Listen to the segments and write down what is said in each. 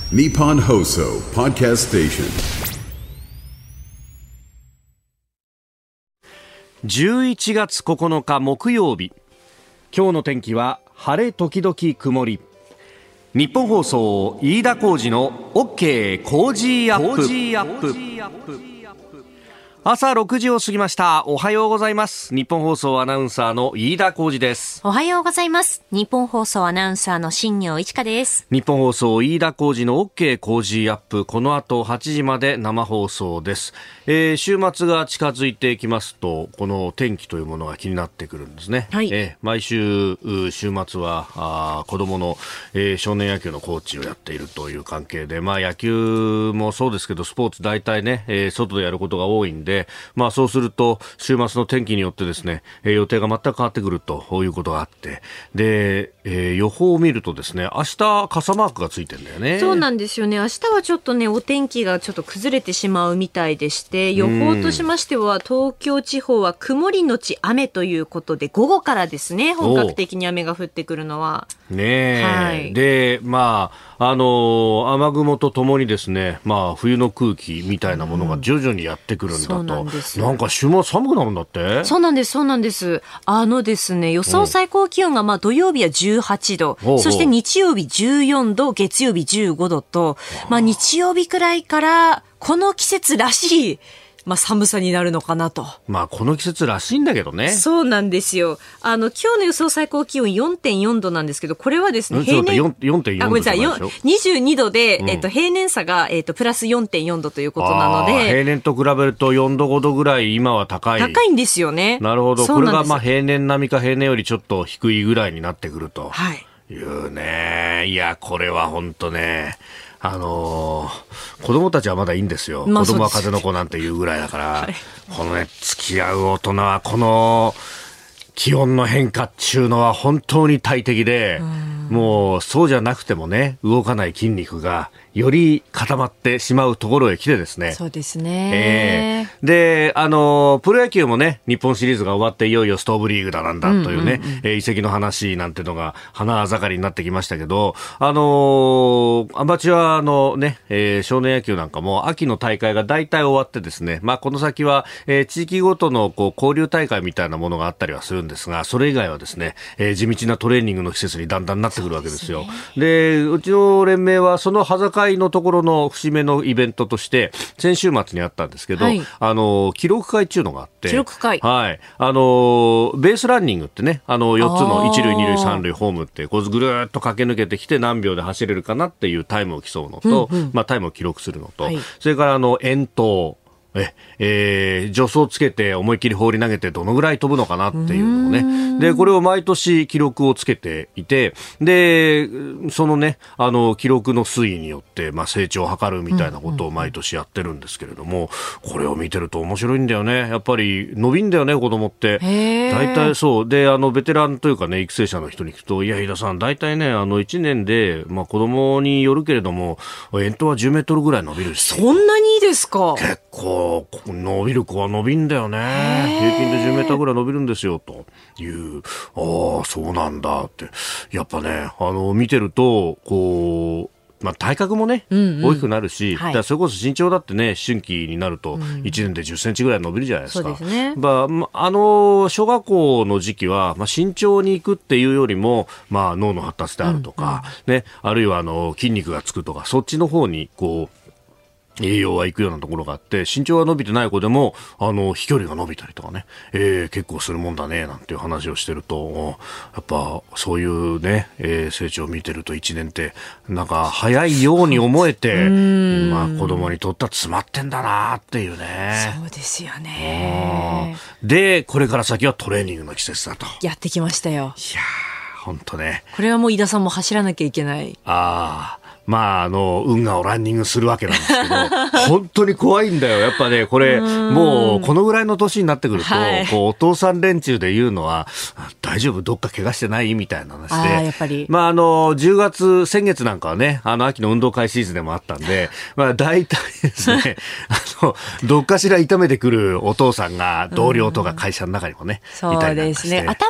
Nippon Hoso Podcast Station。 11月9日木曜日、今日の天気は晴れ時々曇り。日本放送飯田浩司の OK コージーアップ。朝6時を過ぎました。おはようございます。日本放送アナウンサーの飯田浩司です。 おはようございます。日本放送アナウンサーの新業一華です。 日本放送飯田浩司の OK コージーアップ、この後8時まで生放送です。週末が近づいてきますと、この天気というものが気になってくるんですね。 はい。 毎週週末は子供の、少年野球のコーチをやっているという関係で、野球もそうですけどスポーツ大体ね、外でやることが多いんで、そうすると週末の天気によってですね、予定が全く変わってくるということがあって、で、予報を見るとですね、明日傘マークがついてるんだよね。 そうなんですよね。明日はちょっとね、お天気がちょっと崩れてしまうみたいでして、予報としましては東京地方は曇りのち雨ということで、午後からですね、本格的に雨が降ってくるのはねえ、 はい、 で雨雲とともにですね、冬の空気みたいなものが徐々にやってくるんだと、なんか週末寒くなるんだって。 そうなんです。ですね、予想最高気温が土曜日は18度、そして日曜日14度、月曜日15度と、日曜日くらいからこの季節らしい寒さになるのかなと。 この季節らしいんだけどね。 そうなんですよ。今日の予想最高気温 4.4 度なんですけど、これはですね、平年 4.4 度ごめんなさい、22度で、平年差が、プラス 4.4 度ということなので、 平年と比べると4度5度ぐらい今は高いんですよね。 なるほど。これが平年並みか平年よりちょっと低いぐらいになってくるというね。いや、これは本当ね、子供たちはまだいいんですよ。子供は風の子なんていうぐらいだから、はい、このね、付き合う大人はこの気温の変化っていうのは本当に大敵で、もうそうじゃなくてもね、動かない筋肉がより固まってしまうところへ来てですね。 そうですね。 で、プロ野球もね、日本シリーズが終わっていよいよストーブリーグだなんだというね、移籍の話なんてのが花盛りになってきましたけど、アマチュアのね、少年野球なんかも秋の大会が大体終わってですね、この先は、地域ごとの交流大会みたいなものがあったりはするんですが、それ以外はですね、地道なトレーニングの季節にだんだんなってくるわけですよ。で、うちの連盟はその端境のところの節目のイベントとして先週末にあったんですけど、記録会っていうのがあって、 記録会、 はい、ベースランニングってね、4つの一塁二塁三塁ホームってこうぐるーっと駆け抜けてきて何秒で走れるかなっていうタイムを競うのと、タイムを記録するのと、それから遠投、助走つけて思いっきり放り投げてどのぐらい飛ぶのかなっていうのをね。で、これを毎年記録をつけていて、で、そのね、記録の推移によって、成長を図るみたいなことを毎年やってるんですけれども、これを見てると面白いんだよね。やっぱり伸びんだよね、子供って。大体そう。で、ベテランというかね、育成者の人に聞くと、いや、飯田さん、大体ね、1年で、子供によるけれども、遠投は10メートルぐらい伸びるし。 そんなにいいですか？ 結構、伸びる子は伸びんだよね。平均で10メーターぐらい伸びるんですよという。そうなんだって。やっぱね、見てるとこう、体格もね、大きくなるし、だからそれこそ身長だってね、思春期になると1年で10センチぐらい伸びるじゃないですか。 そうですね。 小学校の時期は、身長に行くっていうよりも、脳の発達であるとか、ね、あるいは筋肉がつくとか、そっちの方にこう栄養は行くようなところがあって、身長が伸びてない子でも飛距離が伸びたりとかね、結構するもんだねなんていう話をしてると、やっぱそういうね、成長を見てると1年ってなんか早いように思えて、子供にとっては詰まってんだなっていうね。 そうですよね。 で、これから先はトレーニングの季節だとやってきましたよ。 いやー、ほんとね、 これはもう飯田さんも走らなきゃいけない。 運河をランニングするわけなんですけど、本当に怖いんだよ。やっぱね、これ、もう、このぐらいの年になってくると、お父さん連中で言うのは、大丈夫？どっか怪我してない？みたいな話で。 やっぱり。 10月、先月なんかはね、秋の運動会シーズンでもあったんで、大体ですね、どっかしら痛めてくるお父さんが、同僚とか会社の中にもね、いたりなんかして。 そうですね。頭の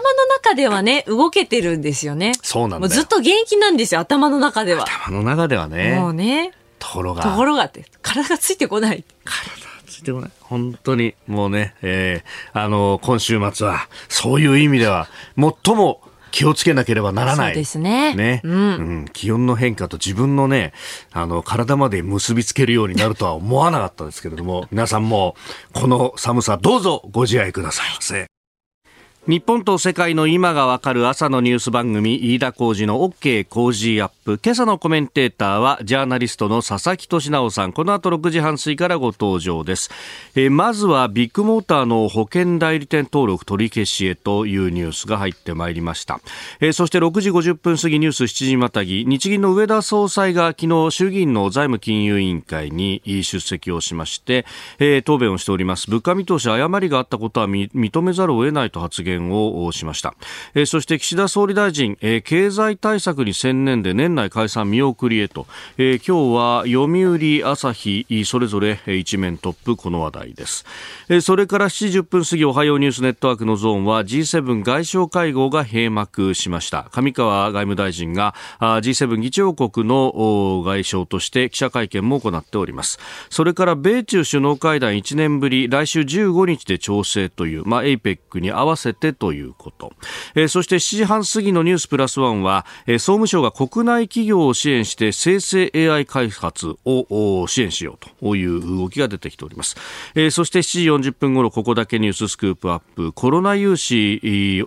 中ではね、動けてるんですよね。 そうなんだよ。 もうずっと元気なんですよ、頭の中では。 頭の中ではね。 もうね。 ところがって、体がついてこない。 でもね、本当にもうね、今週末はそういう意味では最も気をつけなければならない。 そうですね。 気温の変化と自分のね、体まで結びつけるようになるとは思わなかったですけれども、皆さんもこの寒さどうぞご自愛くださいませ。日本と世界の今がわかる朝のニュース番組、飯田浩司の OK 工事アップ。今朝のコメンテーターはジャーナリストの佐々木俊直さん。この後6時半過ぎからご登場です。まずはビッグモーターの保険代理店登録取り消しへというニュースが入ってまいりました。そして6時50分過ぎニュース7時またぎ、日銀の植田総裁が昨日衆議院の財務金融委員会に出席をしまして、答弁をしております。物価見通し誤りがあったことは認めざるを得ないと発言をしました。そして岸田総理大臣、経済対策に専念で年内解散見送りへと、今日は読売朝日それぞれ一面トップこの話題です。それから7時10分過ぎおはようニュースネットワークのゾーンは G7 外相会合が閉幕しました。上川外務大臣がG7 議長国の外相として記者会見も行っております。それから米中首脳会談1年ぶり来週15日で調整という、APEC に合わせてということ、そして7時半過ぎのニュースプラスワンは、総務省が国内企業を支援して生成 AI 開発を支援しようという動きが出てきております。そして7時40分頃ここだけニューススクープアップ、コロナ融資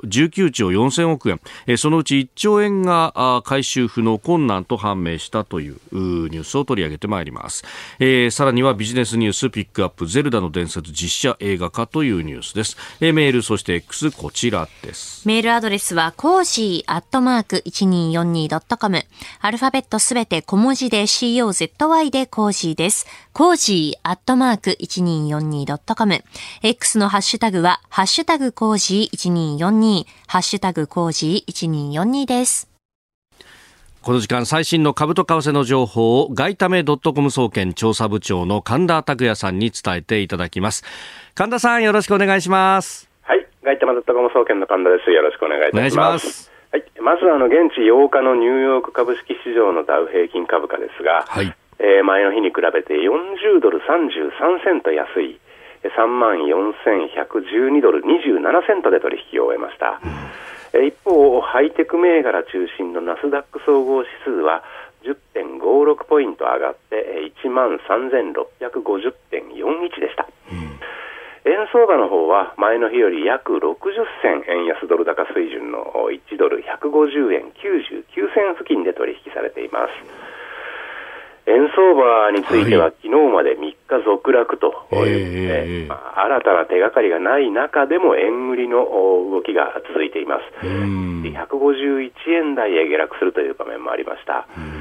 19兆4000億円、そのうち1兆円が回収不能困難と判明したというニュースを取り上げてまいります。さらにはビジネスニュースピックアップ、ゼルダの伝説実写映画化というニュースです。メールそして X こちらです。 メールアドレスはコージー@1242.com、アルファベットすべて小文字で COZY でコージーです。コージー@1242.com、 X のハッシュタグはハッシュタグコージー1242、ハッシュタグコージー1242です。 この時間最新の株と為替の情報を外為.com 総研調査部長の神田拓也さんに伝えていただきます。神田さん、よろしくお願いします。 はい、外為.com 総研の神田です。よろしくお願いいたします。はい、まず現地8日のニューヨーク株式市場のダウ平均株価ですが、はい、前の日に比べて40ドル33セント安い34,112ドル27セントで取引を終えました。一方、ハイテク銘柄中心のナスダック総合指数は 10.56 ポイント上がって13,650.41 でした。円相場の方は前の日より約60銭円安ドル高水準の1ドル150円99銭付近で取引されています。円相場については、昨日まで3日続落ということで、新たな手がかりがない中でも円売りの動きが続いています。151円台へ下落するという場面もありました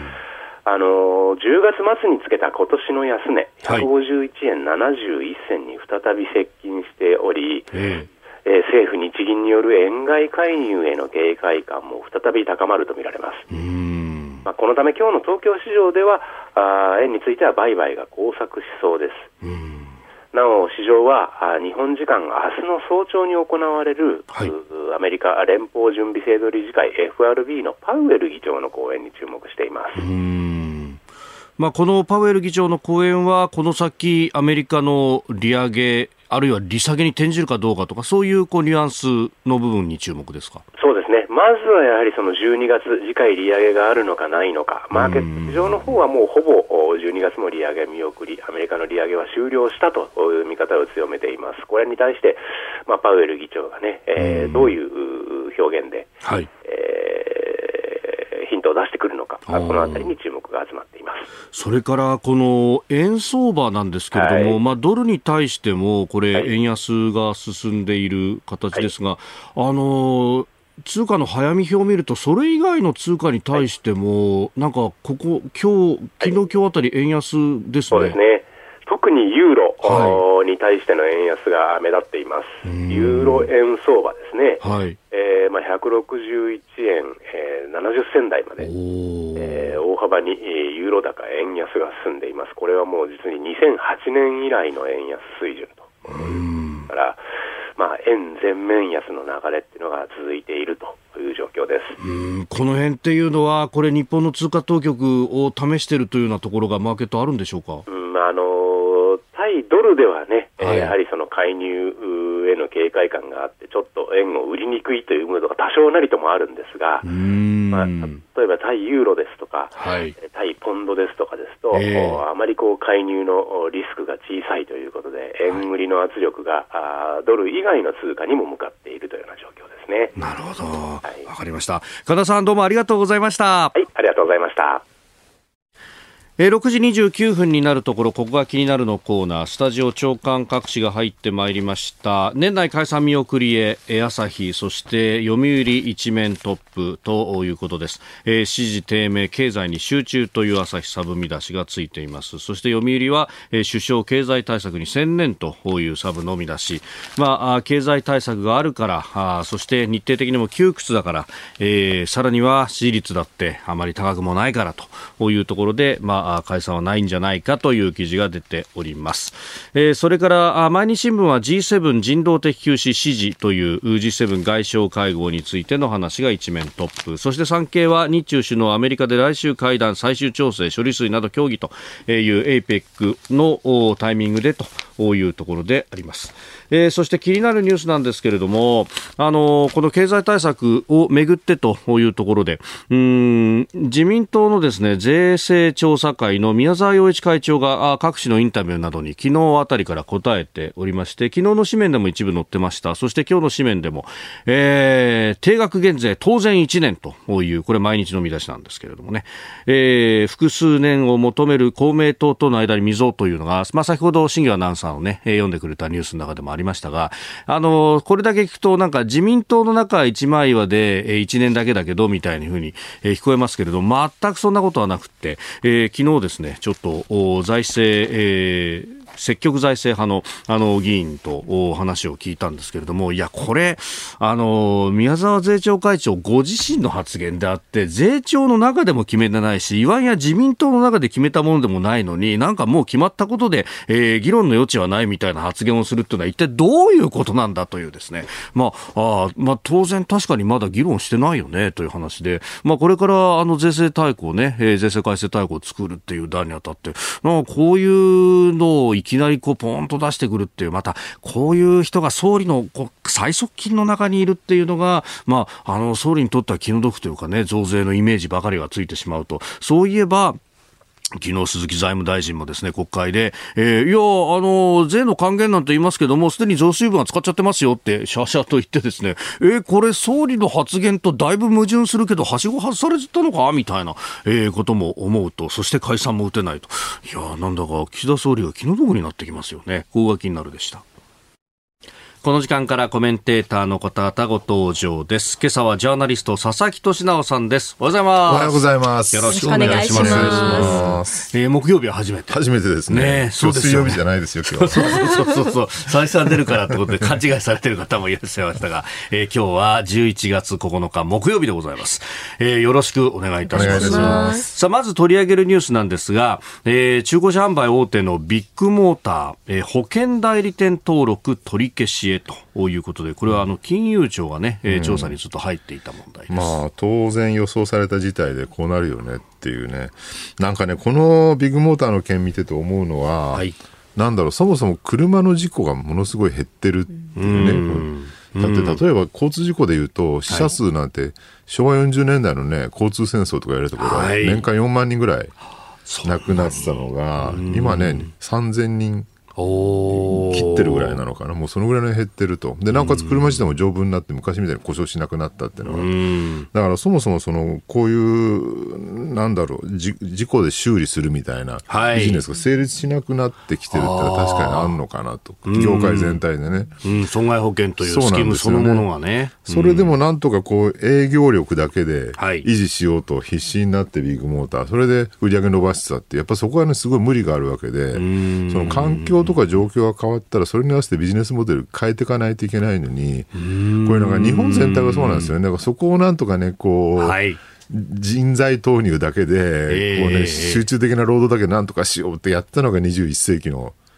。10月末につけた今年の安値151円71銭に再び接近しており、政府日銀による円買い介入への警戒感も再び高まるとみられます。このため今日の東京市場では円については売買が交錯しそうです。なお市場は日本時間明日の早朝に行われる、アメリカ連邦準備制度理事会 FRB のパウエル議長の講演に注目しています。 このパウエル議長の講演はこの先アメリカの利上げあるいは利下げに転じるかどうかとか、そういうニュアンスの部分に注目ですか。 そうですね。まずはやはりその12月次回利上げがあるのかないのか、マーケット市場の方はもうほぼ12月も利上げ見送り、アメリカの利上げは終了したという見方を強めています。これに対して、パウエル議長がね、どういう表現で、ヒントを出してくるのか、このあたりに注目が集まっています。 それからこの円相場なんですけれども、ドルに対してもこれ円安が進んでいる形ですが、通貨の早見表を見るとそれ以外の通貨に対しても、なんか昨日今日あたり円安ですね。 そうですね。特にユーロに対しての円安が目立っています。ユーロ円相場ですね。161円、70銭台まで、大幅にユーロ高円安が進んでいます。これはもう実に2008年以来の円安水準と。だから円全面安の流れっていうのが続いているという状況です。 この辺っていうのはこれ日本の通貨当局を試しているというようなところがマーケットあるんでしょうか。 対ドルではね、やはりその介入への警戒感があってちょっと円を売りにくいというムードが多少なりともあるんですが、例えば対ユーロですとか、対ポンドですとかですと、あまり介入のリスクが小さいということで円売りの圧力がドル以外の通貨にも向かっているというような状況ですね。 なるほど、わかりました。神田さん、どうもありがとうございました。 はい、ありがとうございました。 6時29分になるところ、ここが気になるのコーナー、スタジオ長官各紙が入ってまいりました。年内解散見送りへ、朝日、そして読売一面トップということです。支持低迷、経済に集中という朝日サブ見出しがついています。そして読売は、首相経済対策に専念というサブの見出し。経済対策があるから、そして日程的にも窮屈だから、さらには支持率だってあまり高くもないからというところで、解散はないんじゃないかという記事が出ております。それから毎日新聞は G7 人道的休止支持という G7 外相会合についての話が一面トップ。そして産経は日中首脳アメリカで来週会談最終調整処理水など協議という APEC のタイミングでというところであります。そして気になるニュースなんですけれども、この経済対策をめぐってというところで、自民党のですね、税制調査会の宮沢洋一会長が各紙のインタビューなどに昨日あたりから答えておりまして、昨日の紙面でも一部載ってました。そして今日の紙面でも、定額減税当然1年という、これ毎日の見出しなんですけれどもね、複数年を求める公明党との間に溝というのが、先ほど新業アナウンサーのね、読んでくれたニュースの中でもありましたが、これだけ聞くとなんか自民党の中一枚岩で1年だけだけどみたいな風に聞こえますけれど、全くそんなことはなくて、昨日ですね、ちょっと財政、積極財政派の議員と話を聞いたんですけれども、いやこれ宮沢税調会長ご自身の発言であって、税調の中でも決めてないし、いわんや自民党の中で決めたものでもないのに、なんかもう決まったことで、議論の余地はないみたいな発言をするっていうのは一体どういうことなんだというですね、当然確かにまだ議論してないよねという話で、これから税制大綱ね、税制改正大綱を作るっていう段にあたって、こういうのをいきなりポンと出してくるっていう、またこういう人が総理の最側近の中にいるっていうのが、総理にとっては気の毒というかね、増税のイメージばかりがついてしまうと。そういえば昨日鈴木財務大臣もですね、国会で、税の還元なんて言いますけども、すでに増水分は使っちゃってますよってシャシャと言ってですね、これ総理の発言とだいぶ矛盾するけどはしご外されてたのかみたいな、ことも思うと、そして解散も打てないと、いやなんだか岸田総理が気の毒になってきますよね。ここが気になるでした。この時間からコメンテーターの方々ご登場です。今朝はジャーナリスト佐々木俊直さんです。おはようございます。 おはようございます。 よろしくお願いします。木曜日は初めてですね。 そうですよね。水曜日じゃないですよ今日。 そう再三出るからってことで勘違いされてる方もいらっしゃいましたが、今日は11月9日木曜日でございます。よろしくお願いいたします。さあまず取り上げるニュースなんですが、中古車販売大手のビッグモーター、保険代理店登録取り消しへということで、これは金融庁がね、調査にずっと入っていた問題です。 当然予想された事態でこうなるよねっていうね。なんかね、このビッグモーターの件見てて思うのは、そもそも車の事故がものすごい減ってるっていうね。だって例えば交通事故でいうと死者数なんて昭和40年代のね、交通戦争とかやるところは年間4万人ぐらい亡くなってたのが、今ね3000人切ってるぐらいなのかな。もうそのぐらいの減ってると。でなおかつ車自体も丈夫になって昔みたいに故障しなくなったっていうのは、だからそもそもこういう事故で修理するみたいなビジネスが成立しなくなってきてるってのは確かにあるのかなと。業界全体でね、 損害保険というスキームそのものがね、 それでもなんとか営業力だけで維持しようと必死になってビッグモーター、それで売り上げ伸ばしてたって、やっぱそこはねすごい無理があるわけで、その環境とか状況が変わったらそれに合わせてビジネスモデル変えていかないといけないのに、これなんか日本全体がそうなんですよね。だからそこをなんとかね人材投入だけで集中的な労働だけなんとかしようってやったのが21世紀の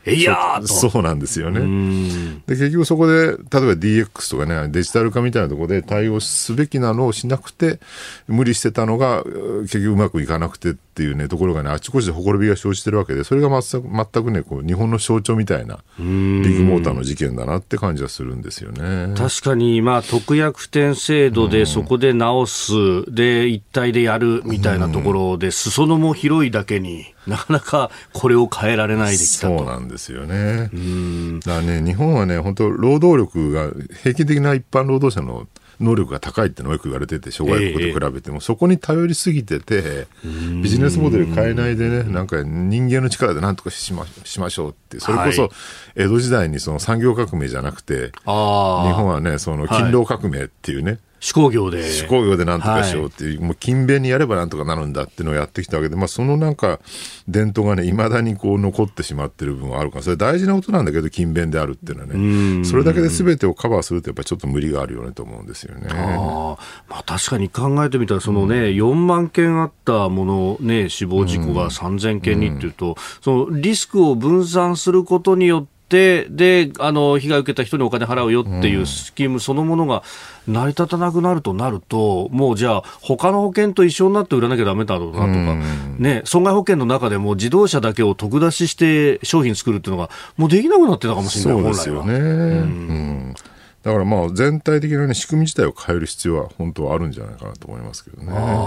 そうなんですよね。で結局そこで例えば DX とかね、デジタル化みたいなところで対応すべきなのをしなくて無理してたのが結局うまくいかなくてっていうねところがね、あちこちでほころびが生じてるわけで、それが全くねこう日本の象徴みたいなビッグモーターの事件だなって感じはするんですよね。 確かに、特約付典制度でそこで直す、で一体でやるみたいなところで、裾野も広いだけになかなかこれを変えられないできたと。 そうなんですよね。だからね、日本はね本当労働力が平均的な一般労働者の能力が高いってのはよく言われてて、諸外国と比べても、そこに頼りすぎててビジネスモデル変えないでね、なんか人間の力で何とかしましょうって、それこそ江戸時代にその産業革命じゃなくて、日本はねその勤労革命っていうね、 手工業で何とかしようっていう、もう勤勉にやればなんとかなるんだっていうのをやってきたわけで、そのなんか伝統がね未だにこう残ってしまってる部分はあるから、それ大事なことなんだけど勤勉であるっていうのはね、それだけで全てをカバーするとやっぱりちょっと無理があるよねと思うんですよね。 確かに考えてみたらそのね、4万件あったものね、死亡事故が3000件にっていうと、そのリスクを分散することによってで被害を受けた人にお金払うよっていうスキームそのものが成り立たなくなるともうじゃあ他の保険と一緒になって売らなきゃダメだろうなとか、ね、損害保険の中でも自動車だけを得出しして商品作るっていうのがもうできなくなってたかもしれない。 そうですよね。だから全体的な、ね、仕組み自体を変える必要は本当はあるんじゃないかなと思いますけどね。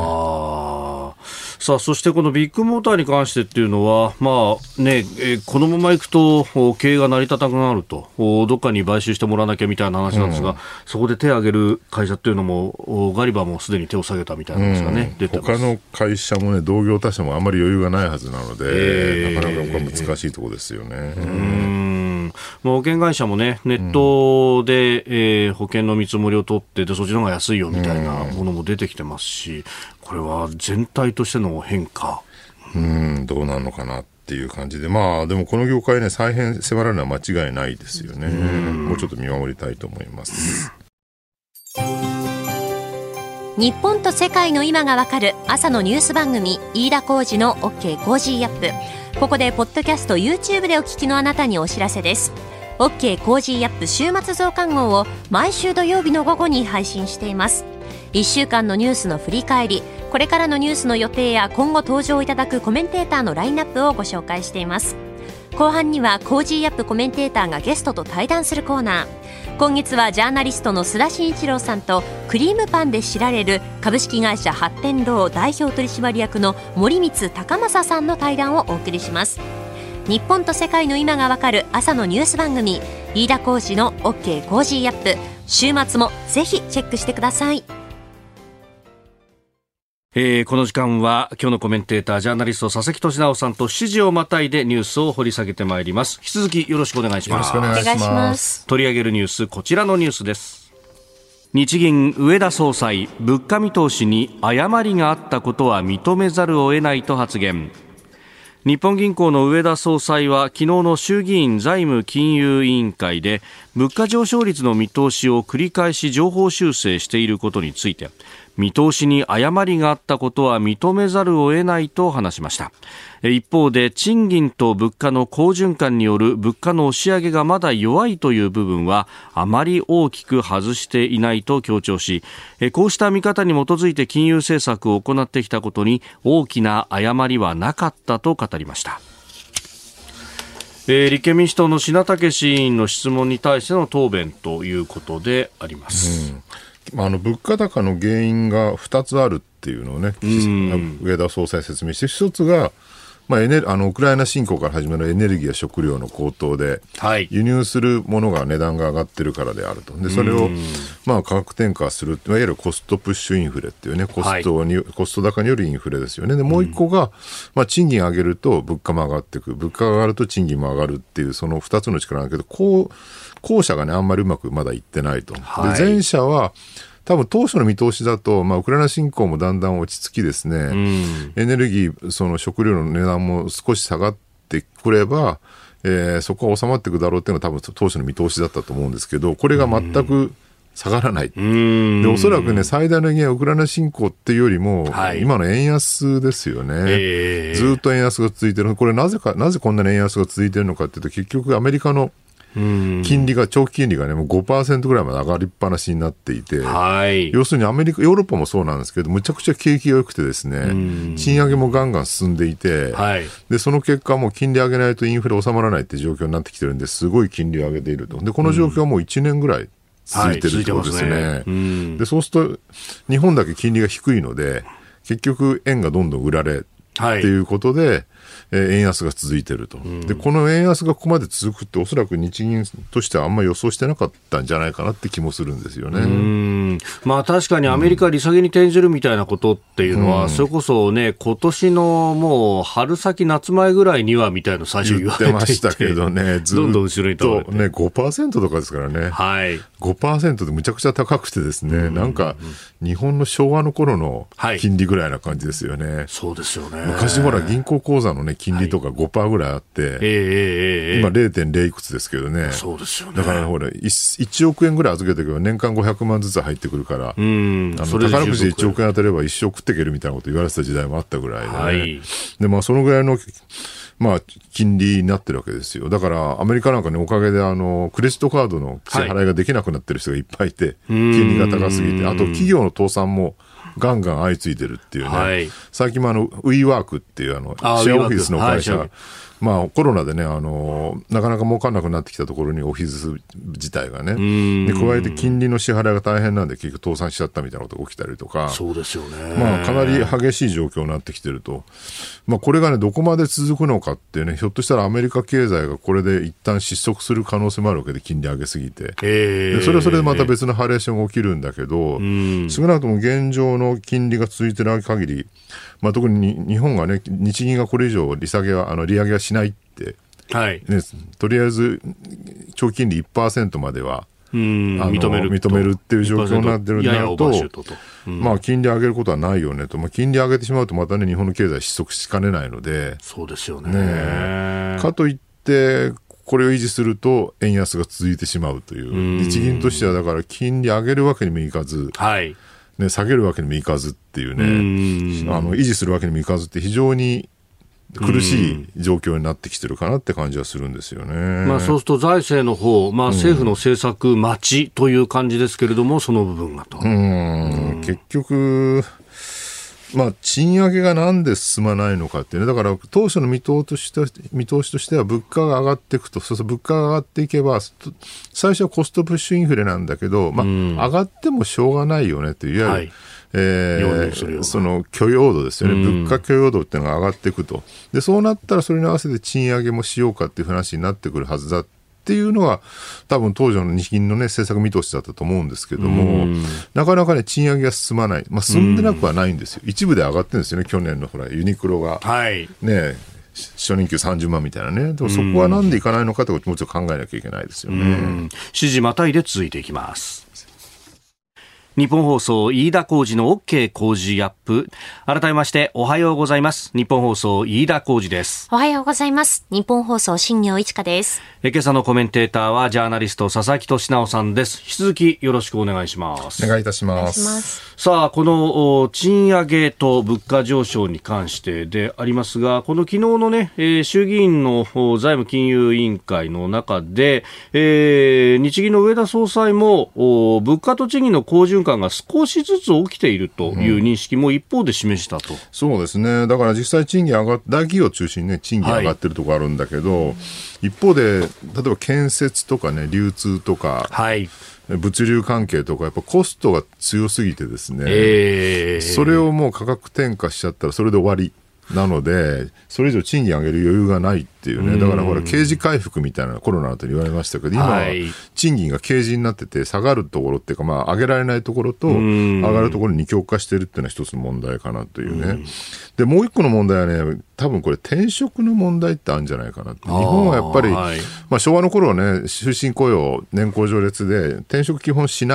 さあ、そしてこのビッグモーターに関してっていうのは、このままいくと経営が成り立たなくなると、どっかに買収してもらわなきゃみたいな話なんですが、そこで手を挙げる会社っていうのもガリバーもすでに手を下げたみたいな話がね、出てます。 他の会社もね、同業他社もあんまり余裕がないはずなので、なかなか難しいところですよね。 保険会社もね、ネットで、保険の見積もりを取ってそっちの方が安いよみたいなものも出てきてますし、これは全体としての変化どうなるのかなっていう感じで、でもこの業界ね、再編迫られるのは間違いないですよね。もうちょっと見守りたいと思います。 日本と世界の今がわかる朝のニュース番組、飯田浩司の OK コージーアップ。ここでポッドキャスト YouTube でお聞きのあなたにお知らせです。 OK コージーアップ週末増刊号を毎週土曜日の午後に配信しています。1週間のニュースの振り返り、これからのニュースの予定や今後登場いただくコメンテーターのラインナップをご紹介しています。後半にはコージーアップコメンテーターがゲストと対談するコーナー。今月はジャーナリストの須田慎一郎さんとクリームパンで知られる株式会社発展堂代表取締役の森光高正さんの対談をお送りします。日本と世界の今がわかる朝のニュース番組、飯田浩司の OK コージーアップ。週末もぜひチェックしてください。 この時間は今日のコメンテータージャーナリスト佐々木俊直さんと7時をまたいでニュースを掘り下げてまいります。引き続きよろしくお願いします。 よろしくお願いします。 取り上げるニュース、こちらのニュースです。日銀植田総裁、物価見通しに誤りがあったことは認めざるを得ないと発言。日本銀行の植田総裁は昨日の衆議院財務金融委員会で物価上昇率の見通しを繰り返し上方修正していることについて、見通しに誤りがあったことは認めざるを得ないと話しました。一方で賃金と物価の好循環による物価の押し上げがまだ弱いという部分はあまり大きく外していないと強調し、こうした見方に基づいて金融政策を行ってきたことに大きな誤りはなかったと語りました。立憲民主党の品武委員の質問に対しての答弁ということであります。 物価高の原因が2つあるっていうのをね、植田総裁説明して、1つが、ウクライナ侵攻から始まるエネルギーや食料の高騰で、輸入するものが値段が上がってるからであると。でそれを価格転嫁する、いわゆるコストプッシュインフレっていうね、コスト高によるインフレですよね。でもう一個が、賃金上げると物価も上がっていく、物価が上がると賃金も上がるっていう、その2つの力なんだけど、後者がねあんまりうまくまだいってないと。で前者は多分当初の見通しだと、ウクライナ侵攻もだんだん落ち着きですね、エネルギー、その食料の値段も少し下がってくれば、そこは収まっていくだろうっていうのは多分当初の見通しだったと思うんですけど、これが全く下がらない。で、おそらくね、最大の原因はウクライナ侵攻っていうよりも、はい、今の円安ですよね。ずっと円安が続いてる。これなぜこんなに円安が続いてるのかっていうと、結局アメリカの金利が、長期金利がね、もう 5% ぐらいまで上がりっぱなしになっていて、はい、要するにヨーロッパもそうなんですけど、むちゃくちゃ景気が良くてですね、賃上げもガンガン進んでいて、はい、で、その結果もう金利上げないとインフレ収まらないって状況になってきてるんで、すごい金利を上げていると。で、この状況はもう1年ぐらい続いてるってことですね。で、そうすると、日本だけ金利が低いので、結局円がどんどん売られっていうことで、円安が続いていると。で、この円安がここまで続くっておそらく日銀としてはあんまり予想してなかったんじゃないかなって気もするんですよね。 まあ確かにアメリカ利下げに転じるみたいなことっていうのは、それこそね、今年のもう春先夏前ぐらいにはみたいな最初言われていて、 言ってましたけどね、ずっとどんどん後ろに倒れてね、5% とかですからね。はい。5% でむちゃくちゃ高くてですね、なんか日本の昭和の頃の金利ぐらいな感じですよね。はい、 そうですよね。 昔ほら銀行口座のね、金利とか 5% ぐらいあって、今 0.0 いくつですけどね。 そうですよね。 だからほら 1億円ぐらい預けておけば年間500万ずつ入ってくるから、宝くじで1億円当たれば一生食っていけるみたいなこと言われてた時代もあったぐらいでね。はい、で、まあそのぐらいのまあ、金利になってるわけですよ。だからアメリカなんかね、おかげでクレジットカードの支払いができなくなってる人がいっぱいいて、金利が高すぎて、あと企業の倒産もガンガン相次いでるっていうね、はい、最近もウィーワークっていうシェアオフィスの会社、まあコロナでね、なかなか儲かんなくなってきたところにオフィス自体がね、で加えて金利の支払いが大変なんで結局倒産しちゃったみたいなことが起きたりとか、 そうですよね。 まあかなり激しい状況になってきてると、まあこれがねどこまで続くのかっていうね、ひょっとしたらアメリカ経済がこれで一旦失速する可能性もあるわけで、金利上げすぎて、でそれはそれでまた別のハレーションが起きるんだけど、少なくとも現状の金利が続いてる限り、まあ特に日本がね、日銀がこれ以上利上げはしないって、はいね、とりあえず長期金利 1% までは認めるっていう状況になってるんだと、まあ金利上げることはないよねと、まあ、金利上げてしまうとまたね日本の経済失速しかねないので、 そうですよ ねかといってこれを維持すると円安が続いてしまうという、日銀としてはだから金利上げるわけにもいかず、はいね、下げるわけにもいかずっていうね、維持するわけにもいかずって非常に苦しい状況になってきてるかなって感じはするんですよね。 まあ、そうすると財政の方、まあ、政府の政策待ちという感じですけれども、その部分がと。 結局、まあ、賃上げがなんで進まないのかっていうね、だから当初の見通しとしては物価が上がっていくと、そうすると物価が上がっていけば最初はコストプッシュインフレなんだけど、まあ、上がってもしょうがないよねという、いわゆる、その許容度ですよね、物価許容度っていうのが上がっていくと。でそうなったらそれに合わせて賃上げもしようかっていう話になってくるはずだっていうのが多分当時の日銀のね政策見通しだったと思うんですけども、なかなかね賃上げが進まない、まあ、進んでなくはないんですよ。一部で上がってるんですよね。去年のほらユニクロが、はいね、初任給30万みたいなね。でもそこはなんでいかないのかってことをもうちょっと考えなきゃいけないですよね。 指示またいで続いていきます。日本放送飯田浩司の OK 工事アップ。改めましておはようございます。日本放送飯田浩司です。 おはようございます。日本放送新業一華です。 今朝のコメンテーターはジャーナリスト佐々木俊直さんです。引き続きよろしくお願いします。 お願いいたします。 さあこの賃上げと物価上昇に関してでありますが、この昨日のね、衆議院の財務金融委員会の中で、日銀の植田総裁も物価と賃金の好循環が少しずつ起きているという認識も一方で示したと。 そうですね。だから実際賃金上がっ大企業を中心にね賃金上がってるところあるんだけど、一方で例えば建設とかね流通とか、物流関係とかやっぱコストが強すぎてですね、それをもう価格転嫁しちゃったらそれで終わりなので、それ以上賃金上げる余裕がないっていうね。だからほら経済回復みたいなコロナの後に言われましたけど、今は賃金が経済になってて下がるところっていうか、まあ上げられないところと上がるところに二極化してるっていうのは一つの問題かなというね。でもう一個の問題はね、多分これ転職の問題ってあるんじゃないかなって。日本はやっぱり、まあ、昭和の頃はね終身雇用年功序列で転職基本しないっ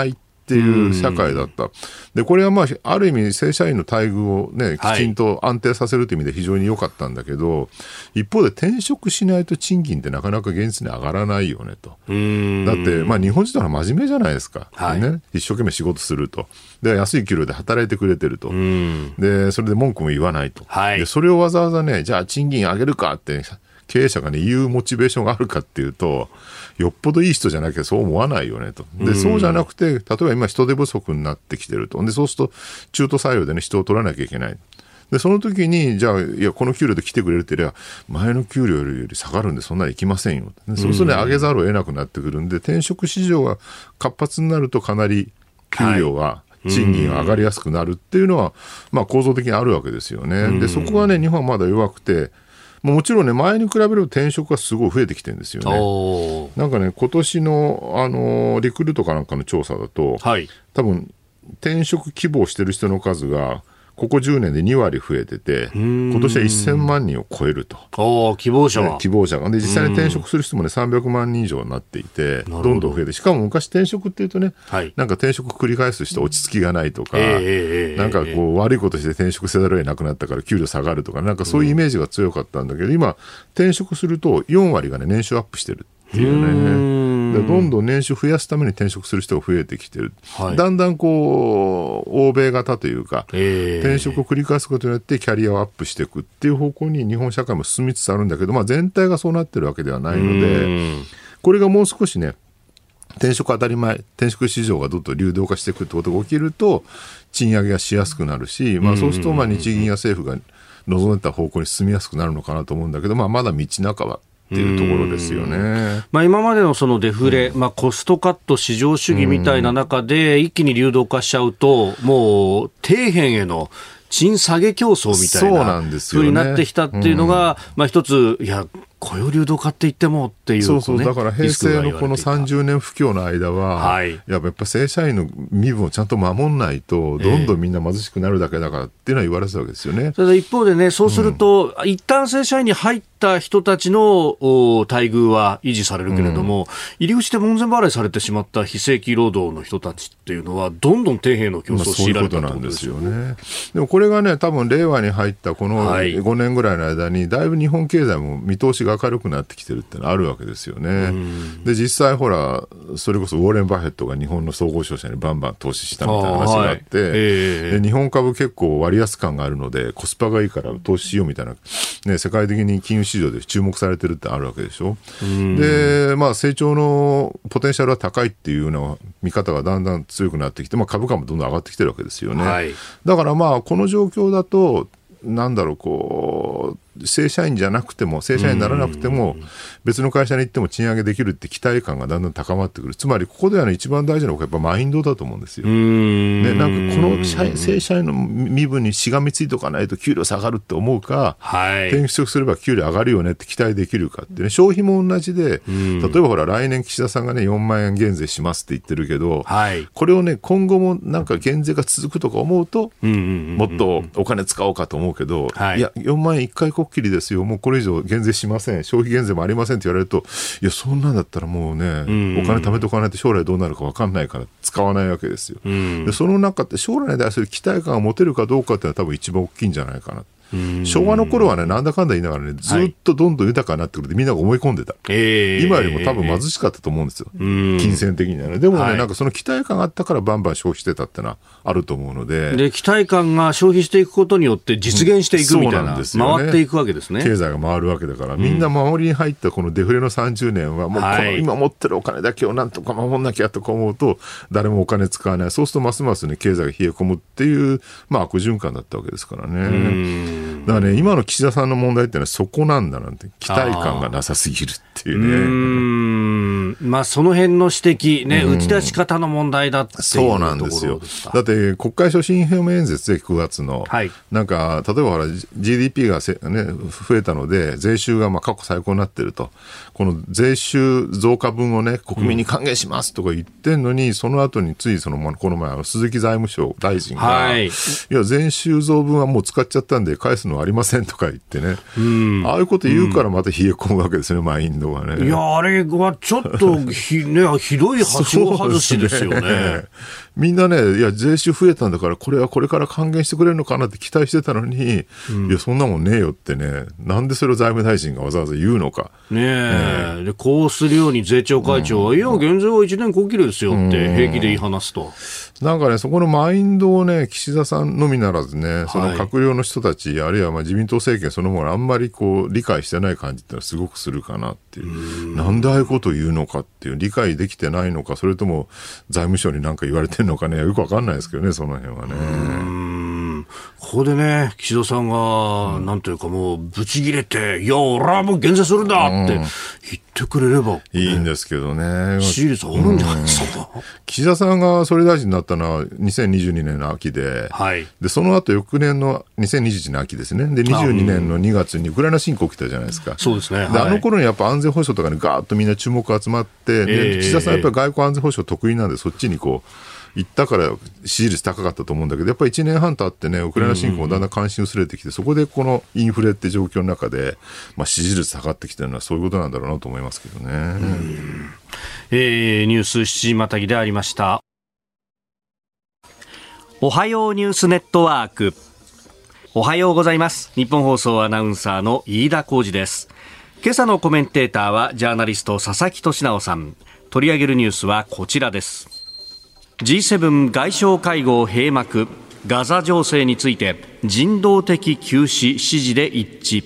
っていう社会だった。で、これはまあ、ある意味正社員の待遇をね、きちんと安定させるという意味で非常に良かったんだけど、一方で転職しないと賃金ってなかなか現実に上がらないよねと。だって、まあ日本人は真面目じゃないですか。ね、一生懸命仕事すると。で、安い給料で働いてくれてると。で、それで文句も言わないと。で、それをわざわざね、じゃあ賃金上げるかって、経営者がね、言うモチベーションがあるかっていうと、よっぽどいい人じゃなきゃそう思わないよねと。で、そうじゃなくて、例えば今人手不足になってきてると。で、そうすると中途採用でね、人を取らなきゃいけない。で、その時に、じゃあ、いや、この給料で来てくれるって言えば、前の給料より下がるんでそんなに行きませんよ。そうするとね、上げざるを得なくなってくるんで、転職市場が活発になるとかなり給料が、賃金が上がりやすくなるっていうのは、まあ構造的にあるわけですよね。で、そこはね、日本はまだ弱くて、もちろんね、前に比べると転職がすごい増えてきてるんですよね。なんかね、今年の、リクルートかなんかの調査だと、多分、転職希望してる人の数が、ここ10年で2割増えてて、今年は1000万人を超えると。 希望者は。 希望者が。で、実際に転職する人もね、300万人以上になっていて、どんどん増えて、しかも昔転職っていうとね、なんか転職繰り返す人落ち着きがないとか、なんかこう悪いことして転職せざるを得なくなったから給料下がるとか、なんかそういうイメージが強かったんだけど、今、転職すると4割がね、年収アップしてるっていうね。どんどん年収増やすために転職する人が増えてきてる。だんだんこう、欧米型というか、転職を繰り返すことによってキャリアをアップしていくっていう方向に日本社会も進みつつあるんだけど、まあ全体がそうなってるわけではないので、これがもう少しね、転職当たり前、転職市場がどんどん流動化していくってことが起きると、賃上げがしやすくなるし、まあそうするとまあ日銀や政府が望んでた方向に進みやすくなるのかなと思うんだけど、まあまだ道半ば。っていうところですよね。 まあ、今までのそのデフレ、まあ、コストカット市場主義みたいな中で一気に流動化しちゃうと、もう底辺への賃下げ競争みたいな風になってきたっていうのが、まあ一つ、いや、雇用流動化って言ってもっていう、 そうそう、だから平成のこの30年不況の間は、やっぱ正社員の身分をちゃんと守んないと、どんどんみんな貧しくなるだけだからっていうのは言われてたわけですよね。 ただ一方でね、そうすると、一旦正社員に入った人たちの待遇は維持されるけれども、入り口で門前払いされてしまった非正規労働の人たちっていうのは、どんどん底辺の競争を強いられたってことですよね。 でもこれがね、多分令和に入ったこの5年ぐらいの間に、だいぶ日本経済も見通しが明るくなってきてるってのあるわけですよね。で、実際ほら、それこそウォーレン・バフェットが日本の総合商社にバンバン投資したみたいな話があって、で日本株結構割安感があるので、コスパがいいから投資しようみたいな、ね、世界的に金融市場で注目されてるってあるわけでしょ。で、まあ成長のポテンシャルは高いっていうような見方がだんだん強くなってきて、まあ株価もどんどん上がってきてるわけですよね。だからまあこの状況だと、なんだろう、こう正社員じゃなくても、正社員にならなくても別の会社に行っても賃上げできるって期待感がだんだん高まってくる。つまりここではね、一番大事なのがやっぱマインドだと思うんですよ。ね、なんかこの正社員の身分にしがみついておかないと給料下がるって思うか、転職すれば給料上がるよねって期待できるかってね。消費も同じで、例えばほら来年岸田さんがね4万円減税しますって言ってるけど、これをね今後もなんか減税が続くとか思うと、もっとお金使おうかと思うけど、いや4万円1回こっきりですよ、もうこれ以上減税しません、消費減税もありませんって言われると、いやそんなんだったらもうね、お金貯めておかないと将来どうなるか分かんないから使わないわけですよ。でその中って将来に対する期待感が持てるかどうかっていうのは多分一番大きいんじゃないかな。昭和の頃はね、なんだかんだ言いながらね、ずっとどんどん豊かになってくるってみんなが思い込んでた。今よりも多分貧しかったと思うんですよ。金銭的にはね。でもね、なんかその期待感があったからバンバン消費してたってのはあると思うので。 で、期待感が消費していくことによって実現していくみたいな、回っていくわけですね。 経済が回るわけだから、みんな守りに入ったこのデフレの30年は、もうこの今持ってるお金だけをなんとか守んなきゃとか思うと、誰もお金使わない。そうするとますますね、経済が冷え込むっていう、まあ悪循環だったわけですからね。だからね、今の岸田さんの問題ってのはそこなんだなんて、期待感がなさすぎるっていうね。 まあその辺の指摘ね、打ち出し方の問題だっていうところですか。そうなんですよ。 だって国会所信表明演説で9月の、なんか例えばほら GDP がね、増えたので税収がまあ過去最高になってると、この税収増加分をね国民に還元しますとか言ってんのに、その後についこの前鈴木財務省大臣が、いや税収増分はもう使っちゃったんで返すのはありませんとか言ってね、ああいうこと言うからまた冷え込むわけですね、マインドがね。 いや、あれはちょっとひどいはしご外しですよね。 みんなね、いや、税収増えたんだから、これはこれから還元してくれるのかなって期待してたのに、いや、そんなもんねえよってね、なんでそれを財務大臣がわざわざ言うのか。 で、こうするように税調会長は、いや、減税は1年5期ですよって平気で言い放すと。 なんかね、そこのマインドをね、岸田さんのみならずね、その閣僚の人たち、あるいは自民党政権そのものあんまりこう理解してない感じってのはすごくするかなっていう。なんでああいうことを言うのかっていう、理解できてないのか、それとも財務省に何か言われてるのかね、よくわかんないですけどね、その辺はね。 ここでね、岸田さんが、なんというかもう、ブチ切れて、いや、俺はもう減税するんだって言ってくれれば、 いいんですけどね。 支持率上がるんじゃないですか。 岸田さんが総理大臣になったのは2022年の秋で、で、その後翌年の2021年秋ですね。で、22年の2月にウクライナ侵攻来たじゃないですか。 そうですね。 で、あの頃にやっぱ安全保障とかにガーッとみんな注目集まって、で、岸田さんやっぱり外交安全保障得意なんで、そっちにこう、行ったから支持率高かったと思うんだけど、やっぱり1年半経ってね、ウクライナ侵攻もだんだん関心薄れてきて、そこでこのインフレって状況の中で、支持率下がってきてるのはそういうことなんだろうなと思いますけどね。 ニュース7時またぎでありました。おはようニュースネットワーク。おはようございます。日本放送アナウンサーの飯田浩司です。今朝のコメンテーターはジャーナリスト佐々木俊直さん。取り上げるニュースはこちらです。G7 外相会合閉幕、ガザ情勢について人道的休止支持で一致。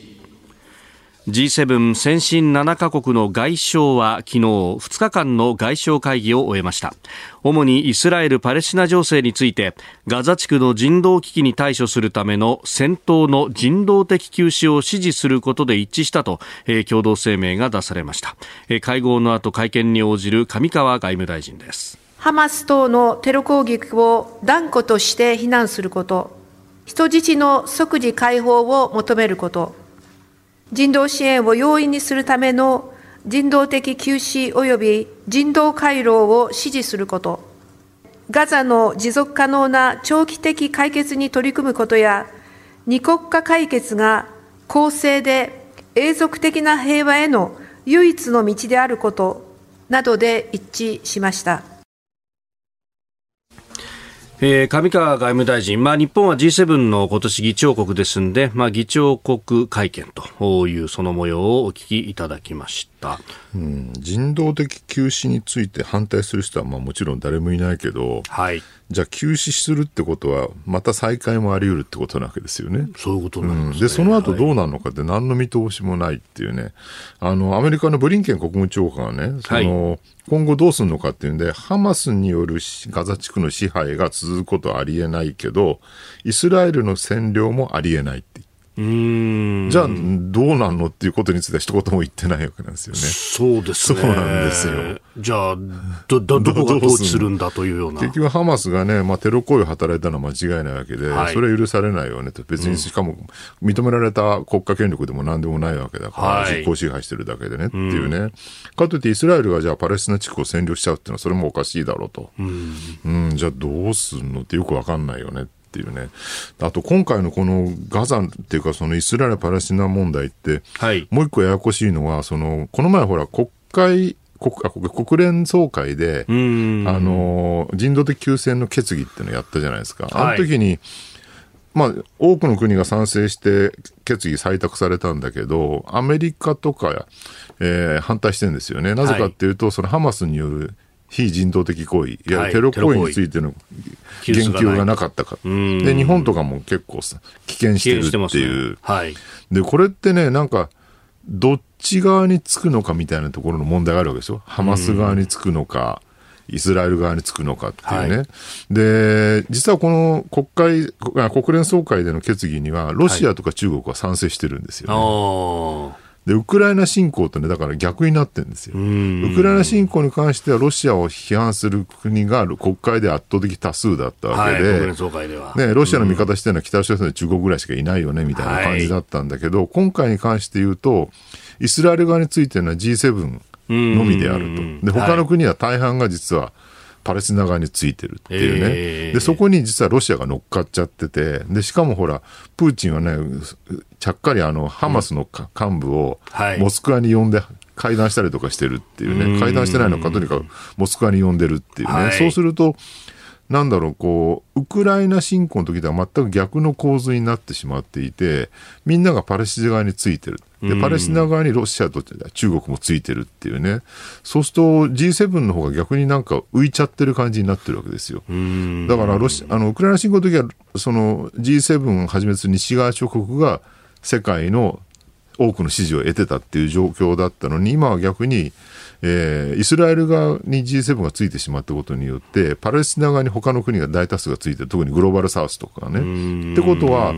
G7 先進7カ国の外相は昨日2日間の外相会議を終えました。主にイスラエル・パレスチナ情勢について、ガザ地区の人道危機に対処するための戦闘の人道的休止を支持することで一致したと、共同声明が出されました。会合の後会見に応じる上川外務大臣です。 ハマス等のテロ攻撃を断固として非難すること、人質の即時解放を求めること、人道支援を容易にするための人道的休止及び人道回廊を支持すること、ガザの持続可能な長期的解決に取り組むことや、二国家解決が公正で永続的な平和への唯一の道であることなどで一致しました。 上川外務大臣、日本は G7 の今年議長国ですので、議長国会見というその模様をお聞きいただきました。 人道的休止について反対する人はもちろん誰もいないけど、じゃあ休止するってことはまた再開もあり得るってことなわけですよね。 そういうことなんですね。 で、その後どうなるのかって何の見通しもないっていうね。アメリカのブリンケン国務長官がね、今後どうするのかっていうんで、ハマスによるガザ地区の支配が続くことはありえないけど、イスラエルの占領もありえないってじゃあどうなんのっていうことについては一言も言ってないわけなんですよね。 そうですね。 そうなんですよ。 じゃあどこが統治するんだというような。 結局ハマスがね、テロ行為を働いたのは間違いないわけで、それは許されないよねと。別にしかも認められた国家権力でも何でもないわけだから、実効支配してるだけでねっていうね。かといってイスラエルがじゃあパレスチナ地区を占領しちゃうっていうのはそれもおかしいだろうと。じゃあどうするのってよくわかんないよねっていうね。あと今回のこのガザっていうかそのイスラエルパレスチナ問題って、もう一個ややこしいのはこの前ほら国連総会で人道的休戦の決議っていうのをやったじゃないですか。あの時に多くの国が賛成して決議採択されたんだけど、アメリカとか、反対してるんですよね。なぜかっていうと、そのハマスによる非人道的行為、いわゆるテロ行為についての言及がなかったか。で、日本とかも結構棄権してるっていう。で、これってね、どっち側につくのかみたいなところの問題があるわけですよ。ハマス側につくのか、イスラエル側につくのかっていうね。で、実はこの国連総会での決議には、ロシアとか中国は賛成してるんですよね。で、ウクライナ侵攻とね、だから逆になってるんですよ。ウクライナ侵攻に関してはロシアを批判する国が国会で圧倒的多数だったわけで、 国連総会ではね、ロシアの味方してるのは北朝鮮と中国ぐらいしかいないよねみたいな感じだったんだけど、今回に関して言うと、イスラエル側についてるのは G7 のみであると。で、他の国は大半が実はパレスチナ側についてるっていうね。で、そこに実はロシアが乗っかっちゃってて、で、しかもほら、プーチンはね、ちゃっかりハマスの幹部をモスクワに呼んで会談したりとかしてるっていうね。会談してないのかとにかくモスクワに呼んでるっていうね。そうすると、 なんだろう、こうウクライナ侵攻の時とは全く逆の構図になってしまっていて、みんながパレスチナ側についてる。でパレスチナ側にロシアと中国もついてるっていうね。そうすると G7 の方が逆になんか浮いちゃってる感じになってるわけですよ。だからウクライナ侵攻の時はその G7 をはじめとする西側諸国が世界の多くの支持を得てたっていう状況だったのに、今は逆に、イスラエル側に G7 がついてしまったことによってパレスチナ側に他の国が大多数がついてる、特にグローバルサウスとかね。ってことは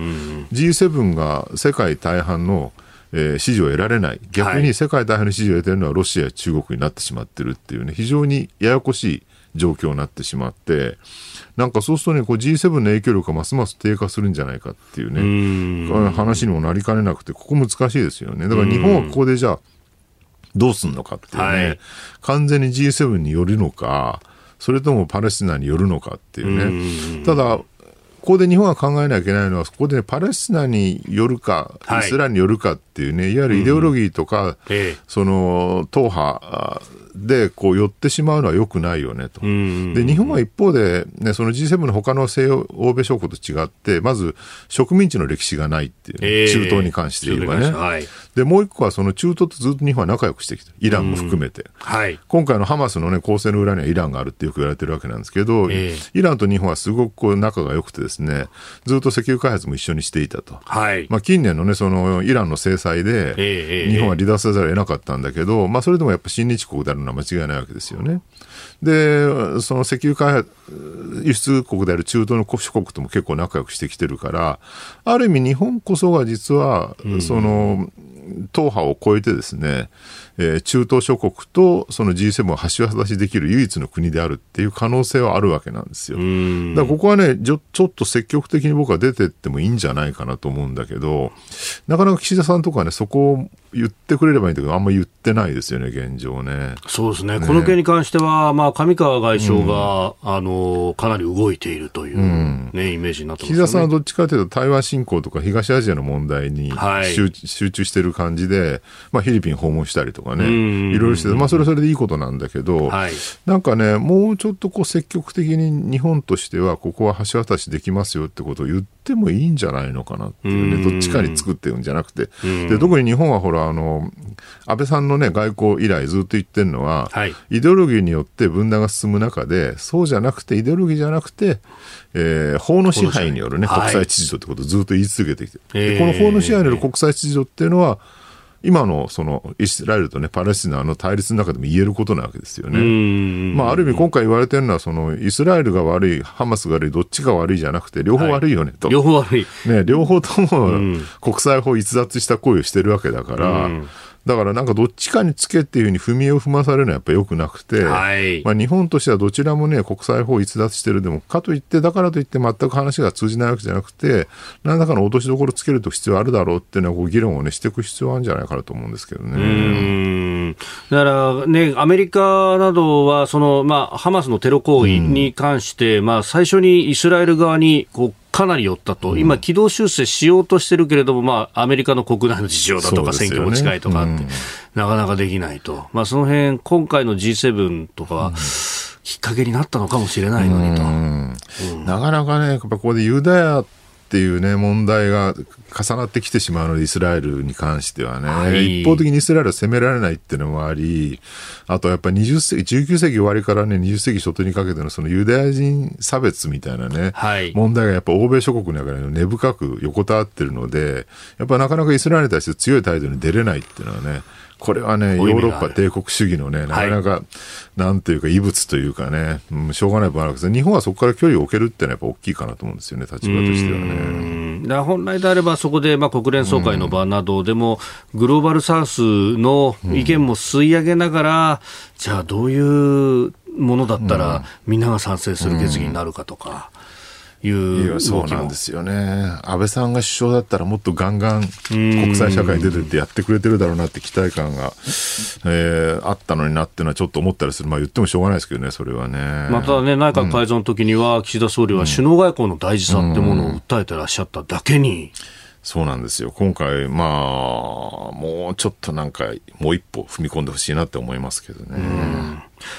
G7 が世界大半の支持を得られない、逆に世界大半の支持を得ているのはロシアや中国になってしまってるっていうね、非常にややこしい状況になってしまって、なんかそうするとね、こう G7 の影響力がますます低下するんじゃないかっていうね、話にもなりかねなくて、ここ難しいですよね。だから日本はここでじゃあどうすんのかっていうね、完全に G7 によるのか、それともパレスチナによるのかっていうね。ただここで日本が考えなきゃいけないのは、そこで、ね、パレスチナによるか、イスラエルによるかっていうね、いわゆるイデオロギーとか、その党派でこう寄ってしまうのは良くないよねと。で日本は一方で、ね、その G7 の他の西欧米諸国と違って、まず植民地の歴史がないっていう、ね、中東に関して言えばね。でもう一個はその中東とずっと日本は仲良くしてきた、イランも含めて。今回のハマスの、ね、攻勢の裏にはイランがあるってよく言われてるわけなんですけど、イランと日本はすごくこう仲が良くてですね、ずっと石油開発も一緒にしていたと。まあ、近年のね、そのイランの制裁で、日本は離脱せざるを得なかったんだけど、まあ、それでもやっぱ親日国であるのは間違いないわけですよね。で、その石油開発、輸出国である中東の諸国とも結構仲良くしてきてるから、ある意味日本こそが実は、その、党派を超えてですね、中東諸国とその G7 を橋渡しできる唯一の国であるっていう可能性はあるわけなんですよ。だからここはね、ちょっと積極的に僕は出てってもいいんじゃないかなと思うんだけど、なかなか岸田さんとかね、そこを言ってくれればいいんだけど、あんまり言ってないですよね、現状ね。 そうですね。この件に関しては、まあ、上川外相が、かなり動いているという、ね、イメージになってますね。 岸田さんはどっちかというと台湾侵攻とか東アジアの問題に集中している感じで、まあ、フィリピン訪問したりとかね、いろいろして、まあ、それでいいことなんだけど、なんかね、もうちょっとこう積極的に日本としてはここは橋渡しできますよってことを言ってもいいんじゃないのかなっていうね、どっちかに作ってるんじゃなくて、で特に日本はほら安倍さんのね外交以来ずっと言ってるのは、イデオロギーによって分断が進む中で、そうじゃなくてイデオロギーじゃなくて、法の支配によるね、国際秩序ってことをずっと言い続けてきてる。でこの法の支配による国際秩序っていうのは今のそのイスラエルとねパレスチナの対立の中でも言えることなわけですよね。まあある意味今回言われてるのはそのイスラエルが悪いハマスが悪いどっちが悪いじゃなくて両方悪いよねと、 両方悪い、 ね、両方とも国際法を逸脱した行為をしてるわけだから、だからなんかどっちかにつけっていうふうに踏み絵を踏まされるのはやっぱり良くなくて、まあ、日本としてはどちらもね国際法を逸脱してる。でもかといってだからといって全く話が通じないわけじゃなくて、何らかの落としどころつけると必要あるだろうっていうのはこう議論をねしていく必要あるんじゃないかなと思うんですけどね。 だからね、アメリカなどはその、まあ、ハマスのテロ行為に関して、まあ、最初にイスラエル側にこうかなり寄ったと、今、軌道修正しようとしてるけれども、まあ、アメリカの国内の事情だとか、選挙も近いとかあって、なかなかできないと、まあ、その辺今回の G7 とかは、きっかけになったのかもしれないのにと。 なかなかね、やっぱここでユダヤっていうね、問題が重なってきてしまうので、イスラエルに関してはね、一方的にイスラエルを責められないっていうのもあり、あとやっぱり19世紀終わりからね、20世紀初頭にかけてのそのユダヤ人差別みたいなね、問題がやっぱ欧米諸国の中で根深く横たわってるので、やっぱなかなかイスラエルに対して強い態度に出れないっていうのはね、これはね、ヨーロッパ帝国主義のね、なかなか、なんというか異物というかね、しょうがない部分あるんですが、日本はそこから距離を置けるっていうのはやっぱ大きいかなと思うんですよね、立場としてはね。 だから本来であればそこで、まあ、国連総会の場などでも、グローバルサウスの意見も吸い上げながら、じゃあどういうものだったらみんなが賛成する決議になるかとか。 そうなんですよね。安倍さんが首相だったらもっとガンガン国際社会に出てってやってくれてるだろうなって期待感が、あったのになっていうのはちょっと思ったりする。まあ言ってもしょうがないですけどね、それはね。 またね、内閣改造の時には岸田総理は首脳外交の大事さってものを訴えてらっしゃっただけに、 そうなんですよ。今回、まあ、もうちょっとなんか、もう一歩踏み込んでほしいなって思いますけどね。 さ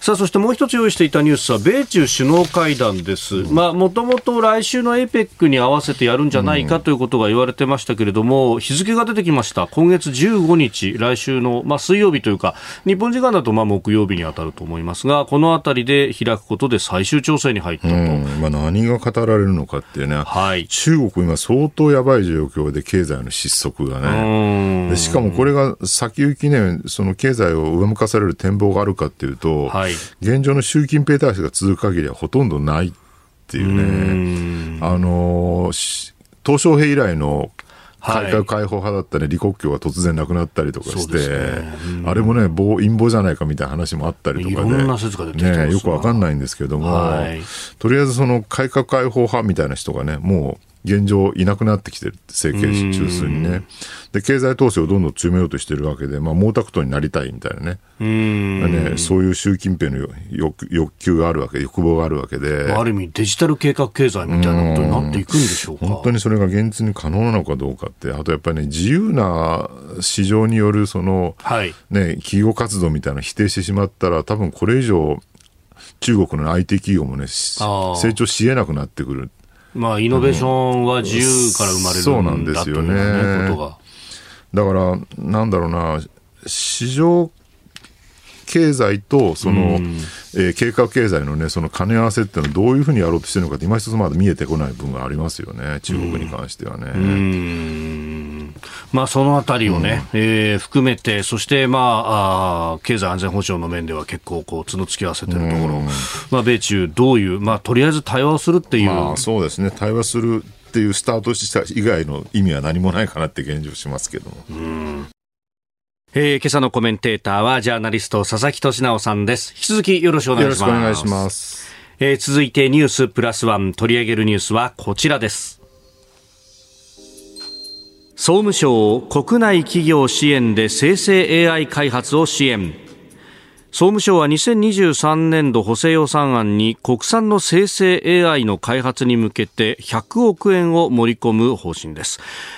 さあ、そしてもう一つ用意していたニュースは米中首脳会談です。もともと来週の APEC に合わせてやるんじゃないかということが言われてましたけれども、日付が出てきました。今月15日、来週の、水曜日というか、日本時間だと木曜日に当たると思いますが、このあたりで開くことで最終調整に入ったと。 何が語られるのかっていうね、中国今相当やばい状況で経済の失速がね、でしかもこれが先行きね、その経済を上向かされる展望があるかっていうと、現状の習近平体制が続く限りはほとんどないっていうね、鄧小平以来の改革開放派だったね、李克強が突然亡くなったりとかして、あれもね、陰謀じゃないかみたいな話もあったりとかで、 いろんな説が出てきてますね、 よくわかんないんですけども、とりあえずその改革開放派みたいな人がね、もう現状いなくなってきてる、政権中枢にね。で、経済統制をどんどん強めようとしてるわけで、毛沢東になりたいみたいなね。そういう習近平の欲求があるわけ、欲望があるわけで。 ある意味デジタル計画経済みたいなことになっていくんでしょうか。 本当にそれが現実に可能なのかどうかって、あとやっぱりね、自由な市場によるその、企業活動みたいなのを否定してしまったら、多分これ以上中国の IT 企業もね、成長し得なくなってくる。 イノベーションは自由から生まれるんだそうなんですよね。 ことが。 だからなんだろうな、市場経済とその、計画経済のね、その兼ね合わせっていうのはどういうふうにやろうとしてるのかって今一つまだ見えてこない部分がありますよね、中国に関してはね。 そのあたりをね、含めて、そして経済安全保障の面では結構こう角突き合わせてるところ、米中どういう、とりあえず対話をするっていう、 そうですね、対話するっていうスタートした以外の意味は何もないかなって現状しますけども。 今朝のコメンテーターはジャーナリスト佐々木俊直さんです。引き続きよろしくお願いします。 よろしくお願いします。 続いてニュースプラスワン、取り上げるニュースはこちらです。総務省、国内企業支援で生成 AI 開発を支援。総務省は2023年度補正予算案に国産の生成 AI の開発に向けて100億円を盛り込む方針です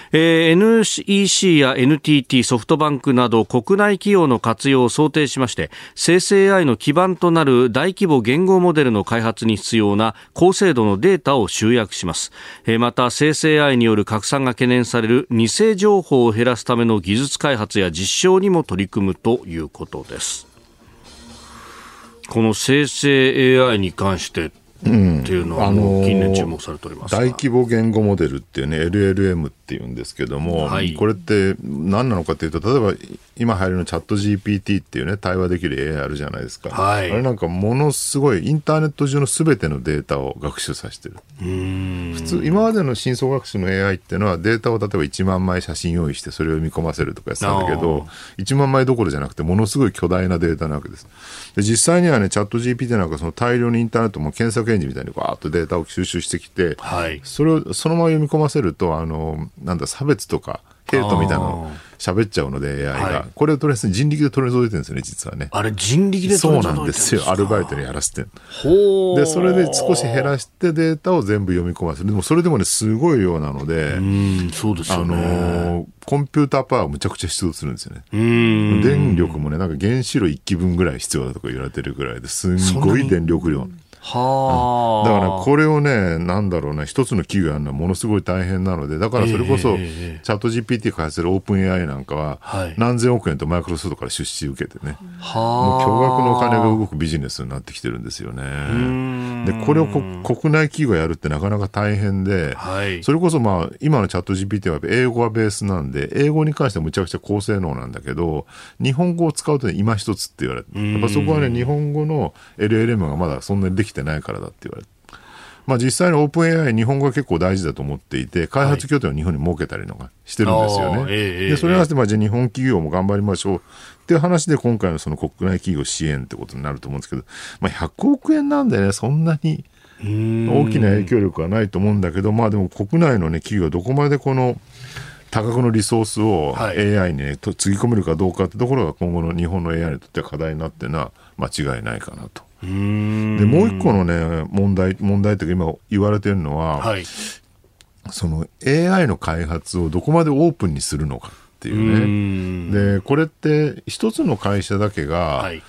。NEC や NTT、ソフトバンクなど国内企業の活用を想定しまして、生成 AI の基盤となる大規模言語モデルの開発に必要な高精度のデータを集約します。また生成 AI による拡散が懸念される偽情報を減らすための技術開発や実証にも取り組むということです。この生成 AI に関してっていうのは近年注目されております。 大規模言語モデルっていうね、 LLM っていうんですけども、これって何なのかというと、例えば今流行りのチャット GPT っていうね、対話できる AI あるじゃないですか、あれなんかものすごいインターネット上の全てのデータを学習させてる。普通今までの深層学習の AI っていうのはデータを例えば1万枚写真用意してそれを見込ませるとかやってたんだけど、1万枚どころじゃなくてものすごい巨大なデータなわけです。で実際にはね、チャット GPT なんかその大量にインターネットも検索エンジンみたいにバーッとデータを収集してきて、それをそのまま読み込ませると差別とかヘイトみたいなの喋っちゃうので AI が、これをとりあえず人力で取り除いてるんですよね、実はね。 あれ人力で取り除いてるんですか？ そうなんですよ、アルバイトにやらせて。でそれで少し減らしてデータを全部読み込ませる。でもそれでもね、すごい量なので、 そうですよね。 コンピューターパワーをむちゃくちゃ必要とするんですよね。電力もね、なんか原子炉1基分ぐらい必要だとか言われてるぐらいですんごい電力量。だからこれをね、なんだろうね、一つの企業やるのはものすごい大変なので、だからそれこそチャット GPT 開発するオープン AI なんかは何千億円とマイクロソフトから出資受けてね、もう巨額のお金が動くビジネスになってきてるんですよね。でこれを国内企業がやるってなかなか大変で、それこそ今のチャット GPT は英語がベースなんで、英語に関してはむちゃくちゃ高性能なんだけど、日本語を使うと今一つって言われて、やっぱそこはね、日本語の LLM がまだそんなにできてないからだって言われて、実際にオープン AI 日本語が結構大事だと思っていて、開発拠点を日本に設けたりとかしてるんですよね。でそれに合わせてじゃあ日本企業も頑張りましょうっていう話で、今回のその国内企業支援ってことになると思うんですけど、100億円なんでね、そんなに大きな影響力はないと思うんだけど、でも国内のね、企業はどこまでこの多額のリソースを AI にね、つぎ込めるかどうかってところが今後の日本の AI にとっては課題になってるのは間違いないかなと。でもう一個のね、問題というか今言われてるのは、その AI の開発をどこまでオープンにするのかっていうね。でこれって一つの会社だけが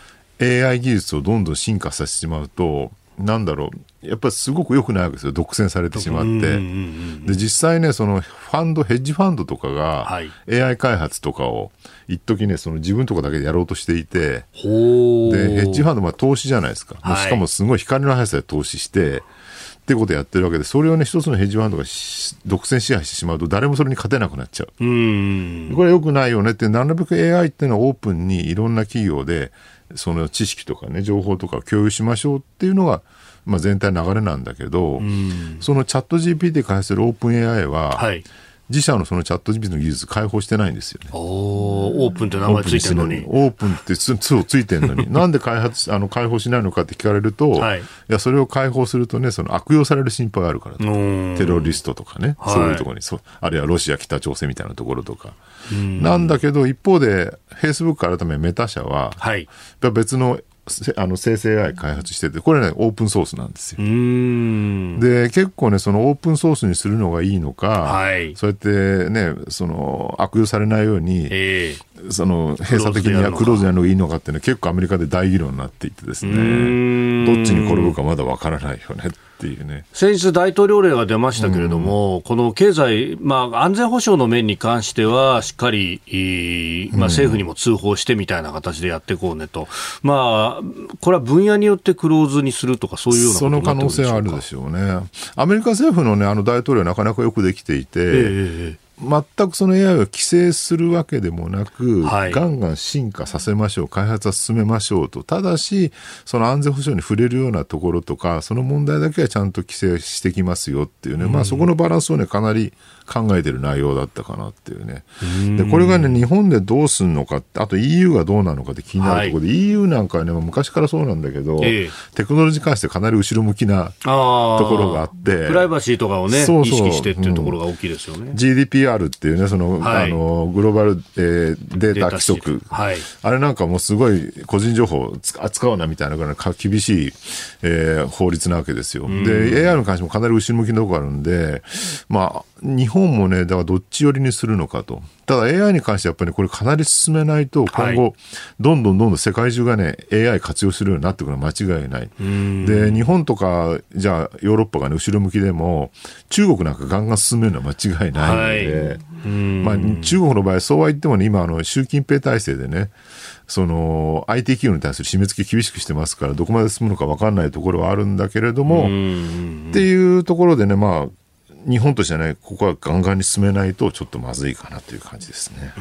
AI 技術をどんどん進化させてしまうと、なんだろう、やっぱりすごく良くないわけですよ。独占されてしまって。で、実際ね、そのヘッジファンドとかが AI 開発とかを一時ね、その自分とかだけでやろうとしていて、で、ヘッジファンドは投資じゃないですか。しかもすごい光の速さで投資して、ってことをやってるわけで、それをね、一つのヘッジファンドが独占支配してしまうと誰もそれに勝てなくなっちゃう。これは良くないよねって、なるべく AI っていうのはオープンにいろんな企業でその知識とかね、情報とかを共有しましょうっていうのが、まあ、全体の流れなんだけど、そのチャット GPT 開発するオープン AI は、自社のそのチャット GPT の技術開放してないんですよね。 オープンって名前ついてるのに。 オープンってついてるのに。なんで開放しないのかって聞かれると、いや、それを開放するとね、その悪用される心配があるからと。テロリストとかね、そういうところに、あるいはロシア、北朝鮮みたいなところとか。なんだけど、一方で、Facebook 改めメタ社は、別の生成 AI 開発してて、これね、オープンソースなんですよ。で、結構ね、そのオープンソースにするのがいいのか、そうやってね、その悪用されないように、その閉鎖的にクローズやるのがいいのかっていうのは結構アメリカで大議論になっていてですね、どっちに転ぶかまだわからないよねっていうね。 先日大統領令が出ましたけれども、この経済、安全保障の面に関してはしっかり、政府にも通報してみたいな形でやっていこうねと、これは分野によってクローズにするとか、そういうようなことになってくるんでしょうか。 その可能性はあるでしょうね。アメリカ政府のね、大統領はなかなかよくできていて、全くその AI を規制するわけでもなく、ガンガン進化させましょう、開発は進めましょうと。ただし、その安全保障に触れるようなところとか、その問題だけはちゃんと規制してきますよっていうね、そこのバランスをね、かなり考えてる内容だったかなっていうね。で、これがね、日本でどうすんのかって、あと EU がどうなのかって気になるところで、EU なんかはね、昔からそうなんだけど、テクノロジーに関してかなり後ろ向きなところがあって、 プライバシーとかをね、意識してっていうところが大きいですよね。 GDPR っていうね、その、グローバル、データ規則、あれなんかもすごい個人情報を扱うなみたいなぐらい厳しい、法律なわけですよ。で、AI に関してもかなり後ろ向きなところがあるんで、日本もね、だからどっち寄りにするのかと。ただ AI に関してやっぱりこれかなり進めないと、今後、どんどん世界中がね、AI 活用するようになってくるのは間違いない。で、日本とか、じゃあヨーロッパがね、後ろ向きでも、中国なんかガンガン進めるのは間違いないので、中国の場合、そうは言ってもね、今、習近平体制でね、その IT 企業に対する締め付け厳しくしてますから、どこまで進むのか分かんないところはあるんだけれども、っていうところでね、日本としてはね、ここはガンガンに進めないとちょっとまずいかなという感じですね。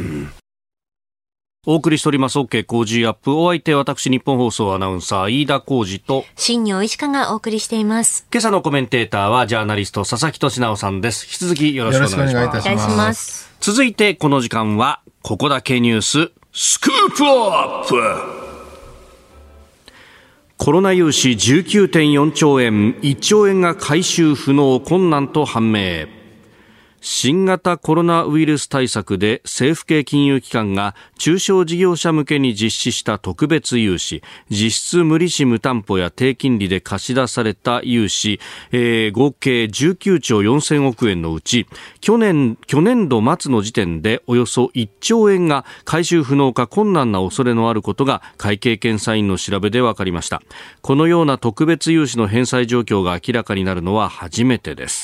お送りしております OK 工事アップ。お相手私日本放送アナウンサー飯田浩司と新業石川がお送りしています。 今朝のコメンテーターはジャーナリスト佐々木俊直さんです。引き続きよろしくお願いします。 お願いします。 続いてこの時間はここだけニューススクープアップ。コロナ融資 19.4 兆円、1兆円が回収不能、困難と判明。新型コロナウイルス対策で政府系金融機関が中小事業者向けに実施した特別融資、実質無利子無担保や低金利で貸し出された融資、合計19兆4000億円のうち去年度末の時点でおよそ1兆円が回収不能か困難な恐れのあることが会計検査院の調べで分かりました。このような特別融資の返済状況が明らかになるのは初めてです。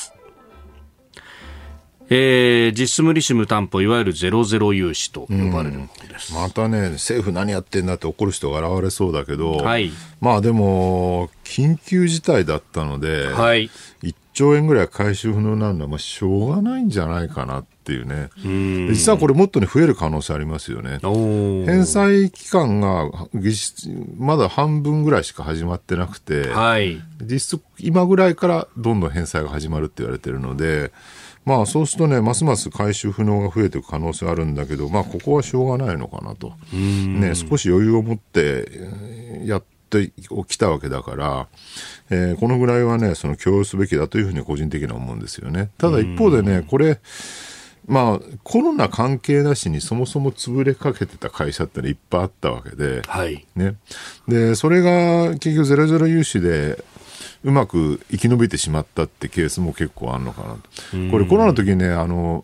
実質無利子無担保、いわゆるゼロゼロ融資と呼ばれるものです。 またね、政府何やってんだって怒る人が現れそうだけど、でも緊急事態だったので、1兆円ぐらい回収不能なのはしょうがないんじゃないかなっていうね。実はこれもっとね増える可能性ありますよね。返済期間がまだ半分ぐらいしか始まってなくて、実質今ぐらいからどんどん返済が始まるって言われてるので、そうするとね、ますます回収不能が増えていく可能性あるんだけど、ここはしょうがないのかなと。少し余裕を持ってやってきたわけだから、このぐらいはね、許容すべきだというふうに個人的には思うんですよね。ただ一方でね、これ、コロナ関係なしにそもそも潰れかけてた会社ってのいっぱいあったわけで、で、それが結局ゼロゼロ融資で、うまく生き延びてしまったってケースも結構あるのかなと。これコロナの時にね、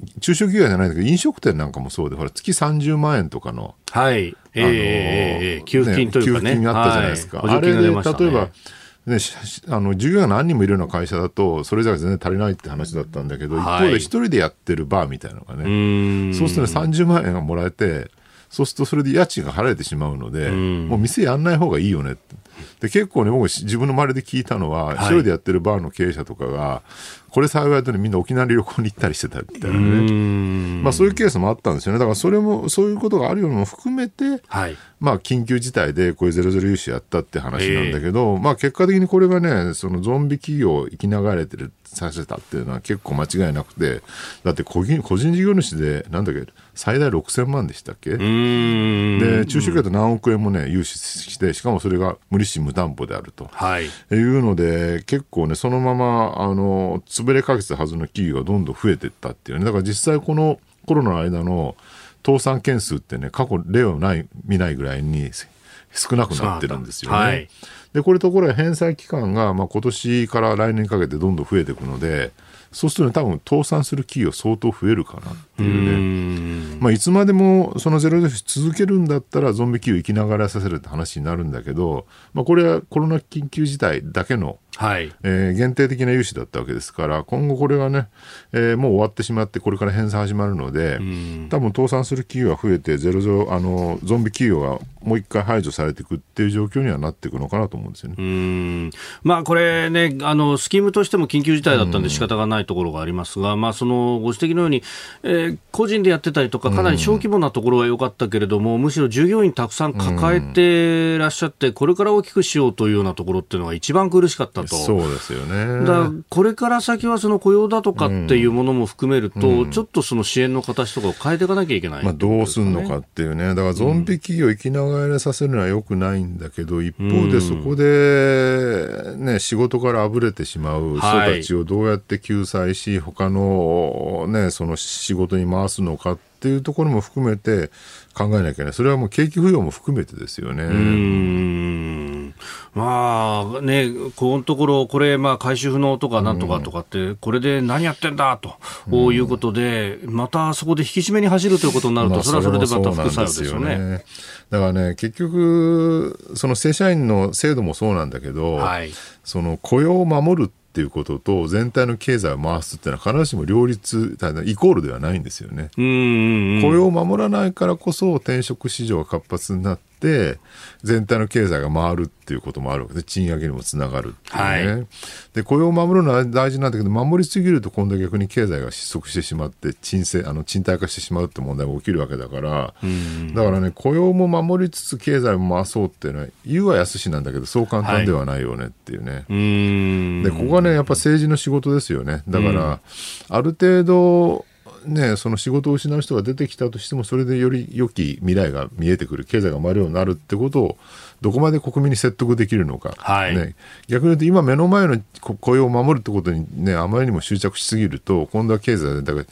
中小企業じゃないんだけど飲食店なんかもそうで、ほら月30万円とかの、 はい、給付金というかね、 給付金あったじゃないですか、 はい、 あれで例えばね、従業員が何人もいるような会社だとそれじゃ全然足りないって話だったんだけど、一方で一人でやってるバーみたいなのがね、そうするとね30万円がもらえて、そうするとそれで家賃が払えてしまうので、もう店やんない方がいいよねって。で結構ね、僕自分の周りで聞いたのは、一人でやってるバーの経営者とかがこれ幸いとね、みんな沖縄に旅行に行ったりしてたみたいなね、まあ、そういうケースもあったんですよね。だからそれもそういうことがあるようなのも含めて、まあ、緊急事態でこういうゼロゼロ融資やったって話なんだけど、まあ、結果的にこれがね、そのゾンビ企業を生き流れてるさせたっていうのは結構間違いなくて、だって個人事業主でなんだっけ、最大6000万でしたっけ。で中小企業と何億円もね融資して、しかもそれが無利子無担保であると、いうので、結構ねそのまま潰れかけてたはずの企業がどんどん増えていったっていうね。だから実際このコロナの間の倒産件数ってね、過去例を見ないぐらいに少なくなってるんですよね。でこれところが返済期間が、まあ、今年から来年にかけてどんどん増えていくので、そうするとね、多分倒産する企業相当増えるかなっていうね。まあ、いつまでもそのゼロゼロ続けるんだったらゾンビ企業生きながらさせるって話になるんだけど、まあ、これはコロナ緊急事態だけの、限定的な融資だったわけですから、今後これがね、もう終わってしまってこれから返済始まるので、多分倒産する企業が増えてゾンビ企業がもう一回排除されていくっていう状況にはなっていくのかなと思うんですよね。 まあ、これね、スキームとしても緊急事態だったんで仕方がないところがありますが、まあ、そのご指摘のように、個人でやってたりとかかなり小規模なところは良かったけれども、むしろ従業員たくさん抱えてらっしゃって、これから大きくしようというようなところっていうのが一番苦しかったと。 そうですよね。 だからこれから先はその雇用だとかっていうものも含めると、ちょっとその支援の形とかを変えていかなきゃいけない、 まあ、どうするのかっていうね。だからゾンビ企業を生きながらさせるのは良くないんだけど、一方でそこで、ね、仕事からあぶれてしまう人たちをどうやって救済し、他の、ね、その仕事に回すのかっていうところも含めて考えなきゃいけない。それはもう景気不要も含めてですよね。 まあね、このところこれ、まあ、回収不能とかなんとかとかって、これで何やってんだということで、またそこで引き締めに走るということになると、それはそれでまた副作用ですよね。 だからね、結局その正社員の制度もそうなんだけど、その雇用を守るっていうことと全体の経済を回すっていうのは必ずしも両立イコールではないんですよね。雇用を守らないからこそ転職市場が活発になって全体の経済が回るっていうこともあるわけで、賃上げにもつながるっていうね、で雇用を守るのは大事なんだけど、守りすぎると今度は逆に経済が失速してしまって賃貸化してしまうって問題が起きるわけだから、だからね、雇用も守りつつ経済も回そうっていうのは言うは易しなんだけどそう簡単ではないよねっていうね。でここはねやっぱ政治の仕事ですよね。だからある程度ね、その仕事を失う人が出てきたとしてもそれでより良き未来が見えてくる、経済が回るようになるってことをどこまで国民に説得できるのか、ね、逆に言うと今目の前の雇用を守るってことに、ね、あまりにも執着しすぎると今度は経済だから、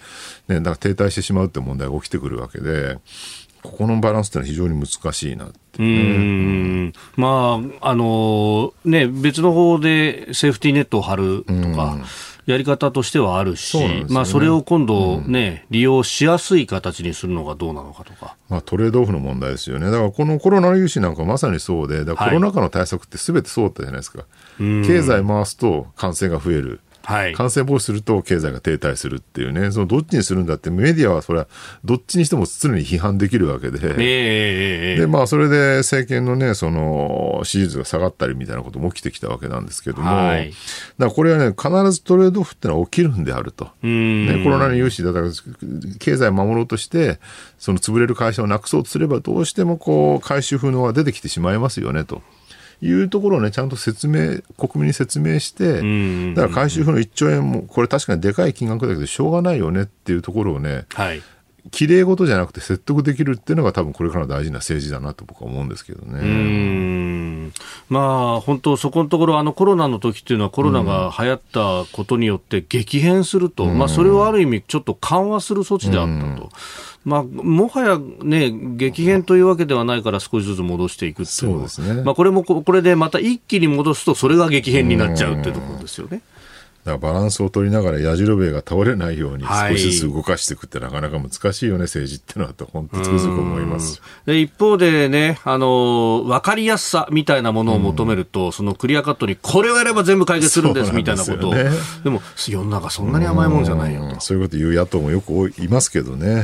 停滞してしまうって問題が起きてくるわけで、ここのバランスってのは非常に難しいなっていうね。 まあね、別の方でセーフティーネットを張るとか、やり方としてはあるし、まあ、それを今度、ね利用しやすい形にするのがどうなのかとか、 まあ、トレードオフの問題ですよね。だからこのコロナの融資なんかまさにそうで、だからコロナ禍の対策って全てそうだったじゃないですか。経済回すと感染が増える、感染防止すると経済が停滞するっていうね、そのどっちにするんだってメディアはそれはどっちにしても常に批判できるわけで、でまあそれで政権のねその支持率が下がったりみたいなことも起きてきたわけなんですけども、だからこれはね必ずトレードオフってのは起きるんであると、ね、コロナの融資だから経済を守ろうとしてその潰れる会社をなくそうとすればどうしてもこう回収不能が出てきてしまいますよねというところをねちゃんと国民に説明して、だから回収不能1兆円もこれ確かにでかい金額だけどしょうがないよねっていうところをね、きれい事じゃなくて説得できるっていうのが多分これから大事な政治だなと僕は思うんですけどね。 まあ本当そこのところコロナの時っていうのはコロナが流行ったことによって激変すると、まあそれをある意味ちょっと緩和する措置であったと。まあ、もはや、ね、激変というわけではないから少しずつ戻していくっていうのは、まあ、これでまた一気に戻すとそれが激変になっちゃうっていうところですよね。 だからバランスを取りながらやじろべえが倒れないように少しずつ動かしていくってなかなか難しいよね、政治ってのはと本当つくづく思います。 で一方でね、分かりやすさみたいなものを求めると、そのクリアカットにこれをやれば全部解決するんですみたいなことを、でも世の中そんなに甘いもんじゃないよと、 そういうこと言う野党もよくいますけどね。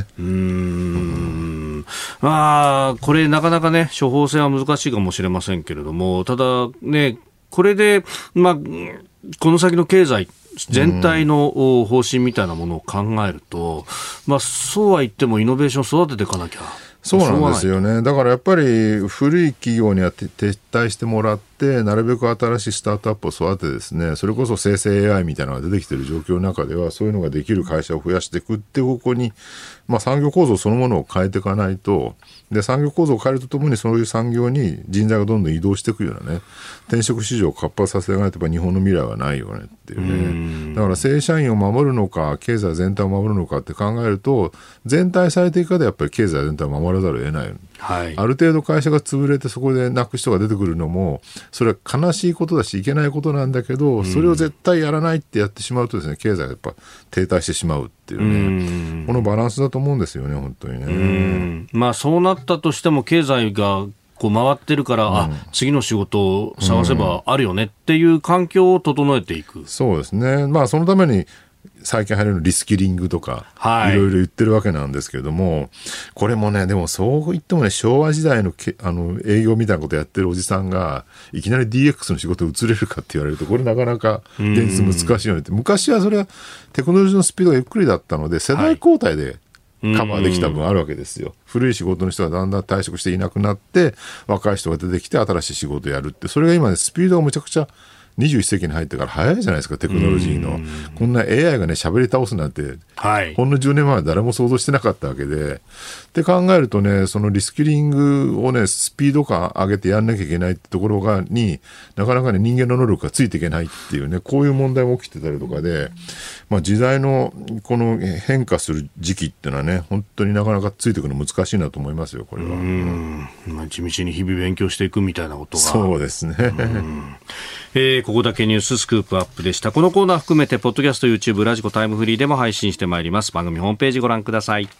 これなかなかね処方箋は難しいかもしれませんけれども、ただねこれでこの先の経済全体の方針みたいなものを考えると、そうは言ってもイノベーションを育てていかなきゃ。 そうなんですよね。だからやっぱり古い企業には撤退してもらって、なるべく新しいスタートアップを育てですね、それこそ生成 AI みたいなのが出てきている状況の中では、そういうのができる会社を増やしていくっていう方向に、産業構造そのものを変えていかないと、で産業構造を変えるとともにそういう産業に人材がどんどん移動していくようなね、転職市場を活発させていかないとやっぱ日本の未来はないよねっていうね。だから正社員を守るのか経済全体を守るのかって考えると、全体最適化でやっぱり経済全体を守らざるを得ない、ある程度会社が潰れてそこで泣く人が出てくるのもそれは悲しいことだしいけないことなんだけど、それを絶対やらないってやってしまうとですね、経済がやっぱ停滞してしまうっていうね、このバランスだと思うんですよね本当にね。 そうなったとしても経済がこう回ってるから、次の仕事を探せばあるよねっていう環境を整えていく。 そうですね。そのために最近流行るリスキリングとか、いろいろ言ってるわけなんですけれども、これもね、でもそう言ってもね、昭和時代の営業みたいなことやってるおじさんがいきなり DX の仕事を移れるかって言われると、これなかなか現実難しいよねって。昔はそれはテクノロジーのスピードがゆっくりだったので、世代交代でカバーできた分あるわけですよ。古い仕事の人がだんだん退職していなくなって、若い人が出てきて新しい仕事をやるって、それが今ね、スピードがむちゃくちゃ21世紀に入ってから早いじゃないですか、テクノロジーの。こんな AI がね、喋り倒すなんて、ほんの10年前は誰も想像してなかったわけで。って考えるとね、そのリスキリングをね、スピード感上げてやんなきゃいけないってところに、なかなかね、人間の能力がついていけないっていうね、こういう問題も起きてたりとかで、時代のこの変化する時期っていうのはね、本当になかなかついていくの難しいなと思いますよ、これは。 地道に日々勉強していくみたいなことが。 そうですね。 ここだけニューススクープアップでした。このコーナー含めてポッドキャスト、YouTube、ラジコタイムフリーでも配信してまいります。番組ホームページご覧ください。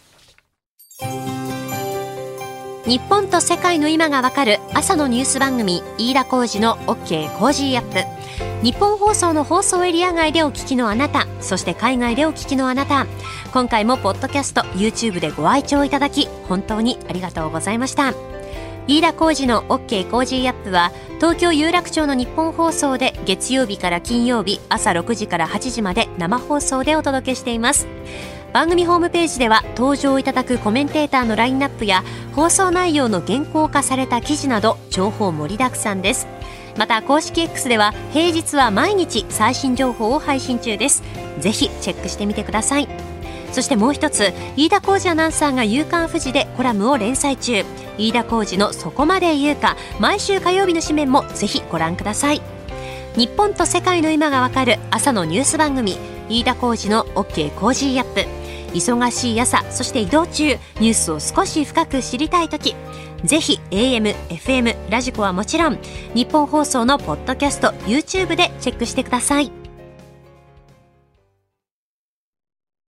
日本と世界の今がわかる朝のニュース番組、飯田浩司の OK コージーアップ。日本放送の放送エリア外でお聞きのあなた、そして海外でお聞きのあなた、今回もポッドキャスト YouTube でご愛聴いただき本当にありがとうございました。飯田浩司の OK コージーアップは東京有楽町の日本放送で月曜日から金曜日朝6時から8時まで生放送でお届けしています。番組ホームページでは登場いただくコメンテーターのラインナップや放送内容の原稿化された記事など情報盛りだくさんです。また公式 X では平日は毎日最新情報を配信中です。ぜひチェックしてみてください。そしてもう一つ、飯田浩司アナウンサーが夕刊フジでコラムを連載中、飯田浩司のそこまで言うか、毎週火曜日の紙面もぜひご覧ください。日本と世界の今がわかる朝のニュース番組、飯田浩司の OK コージーアップ。忙しい朝、そして移動中、ニュースを少し深く知りたいとき、ぜひ AM、FM、ラジコはもちろん日本放送のポッドキャスト、YouTube でチェックしてください。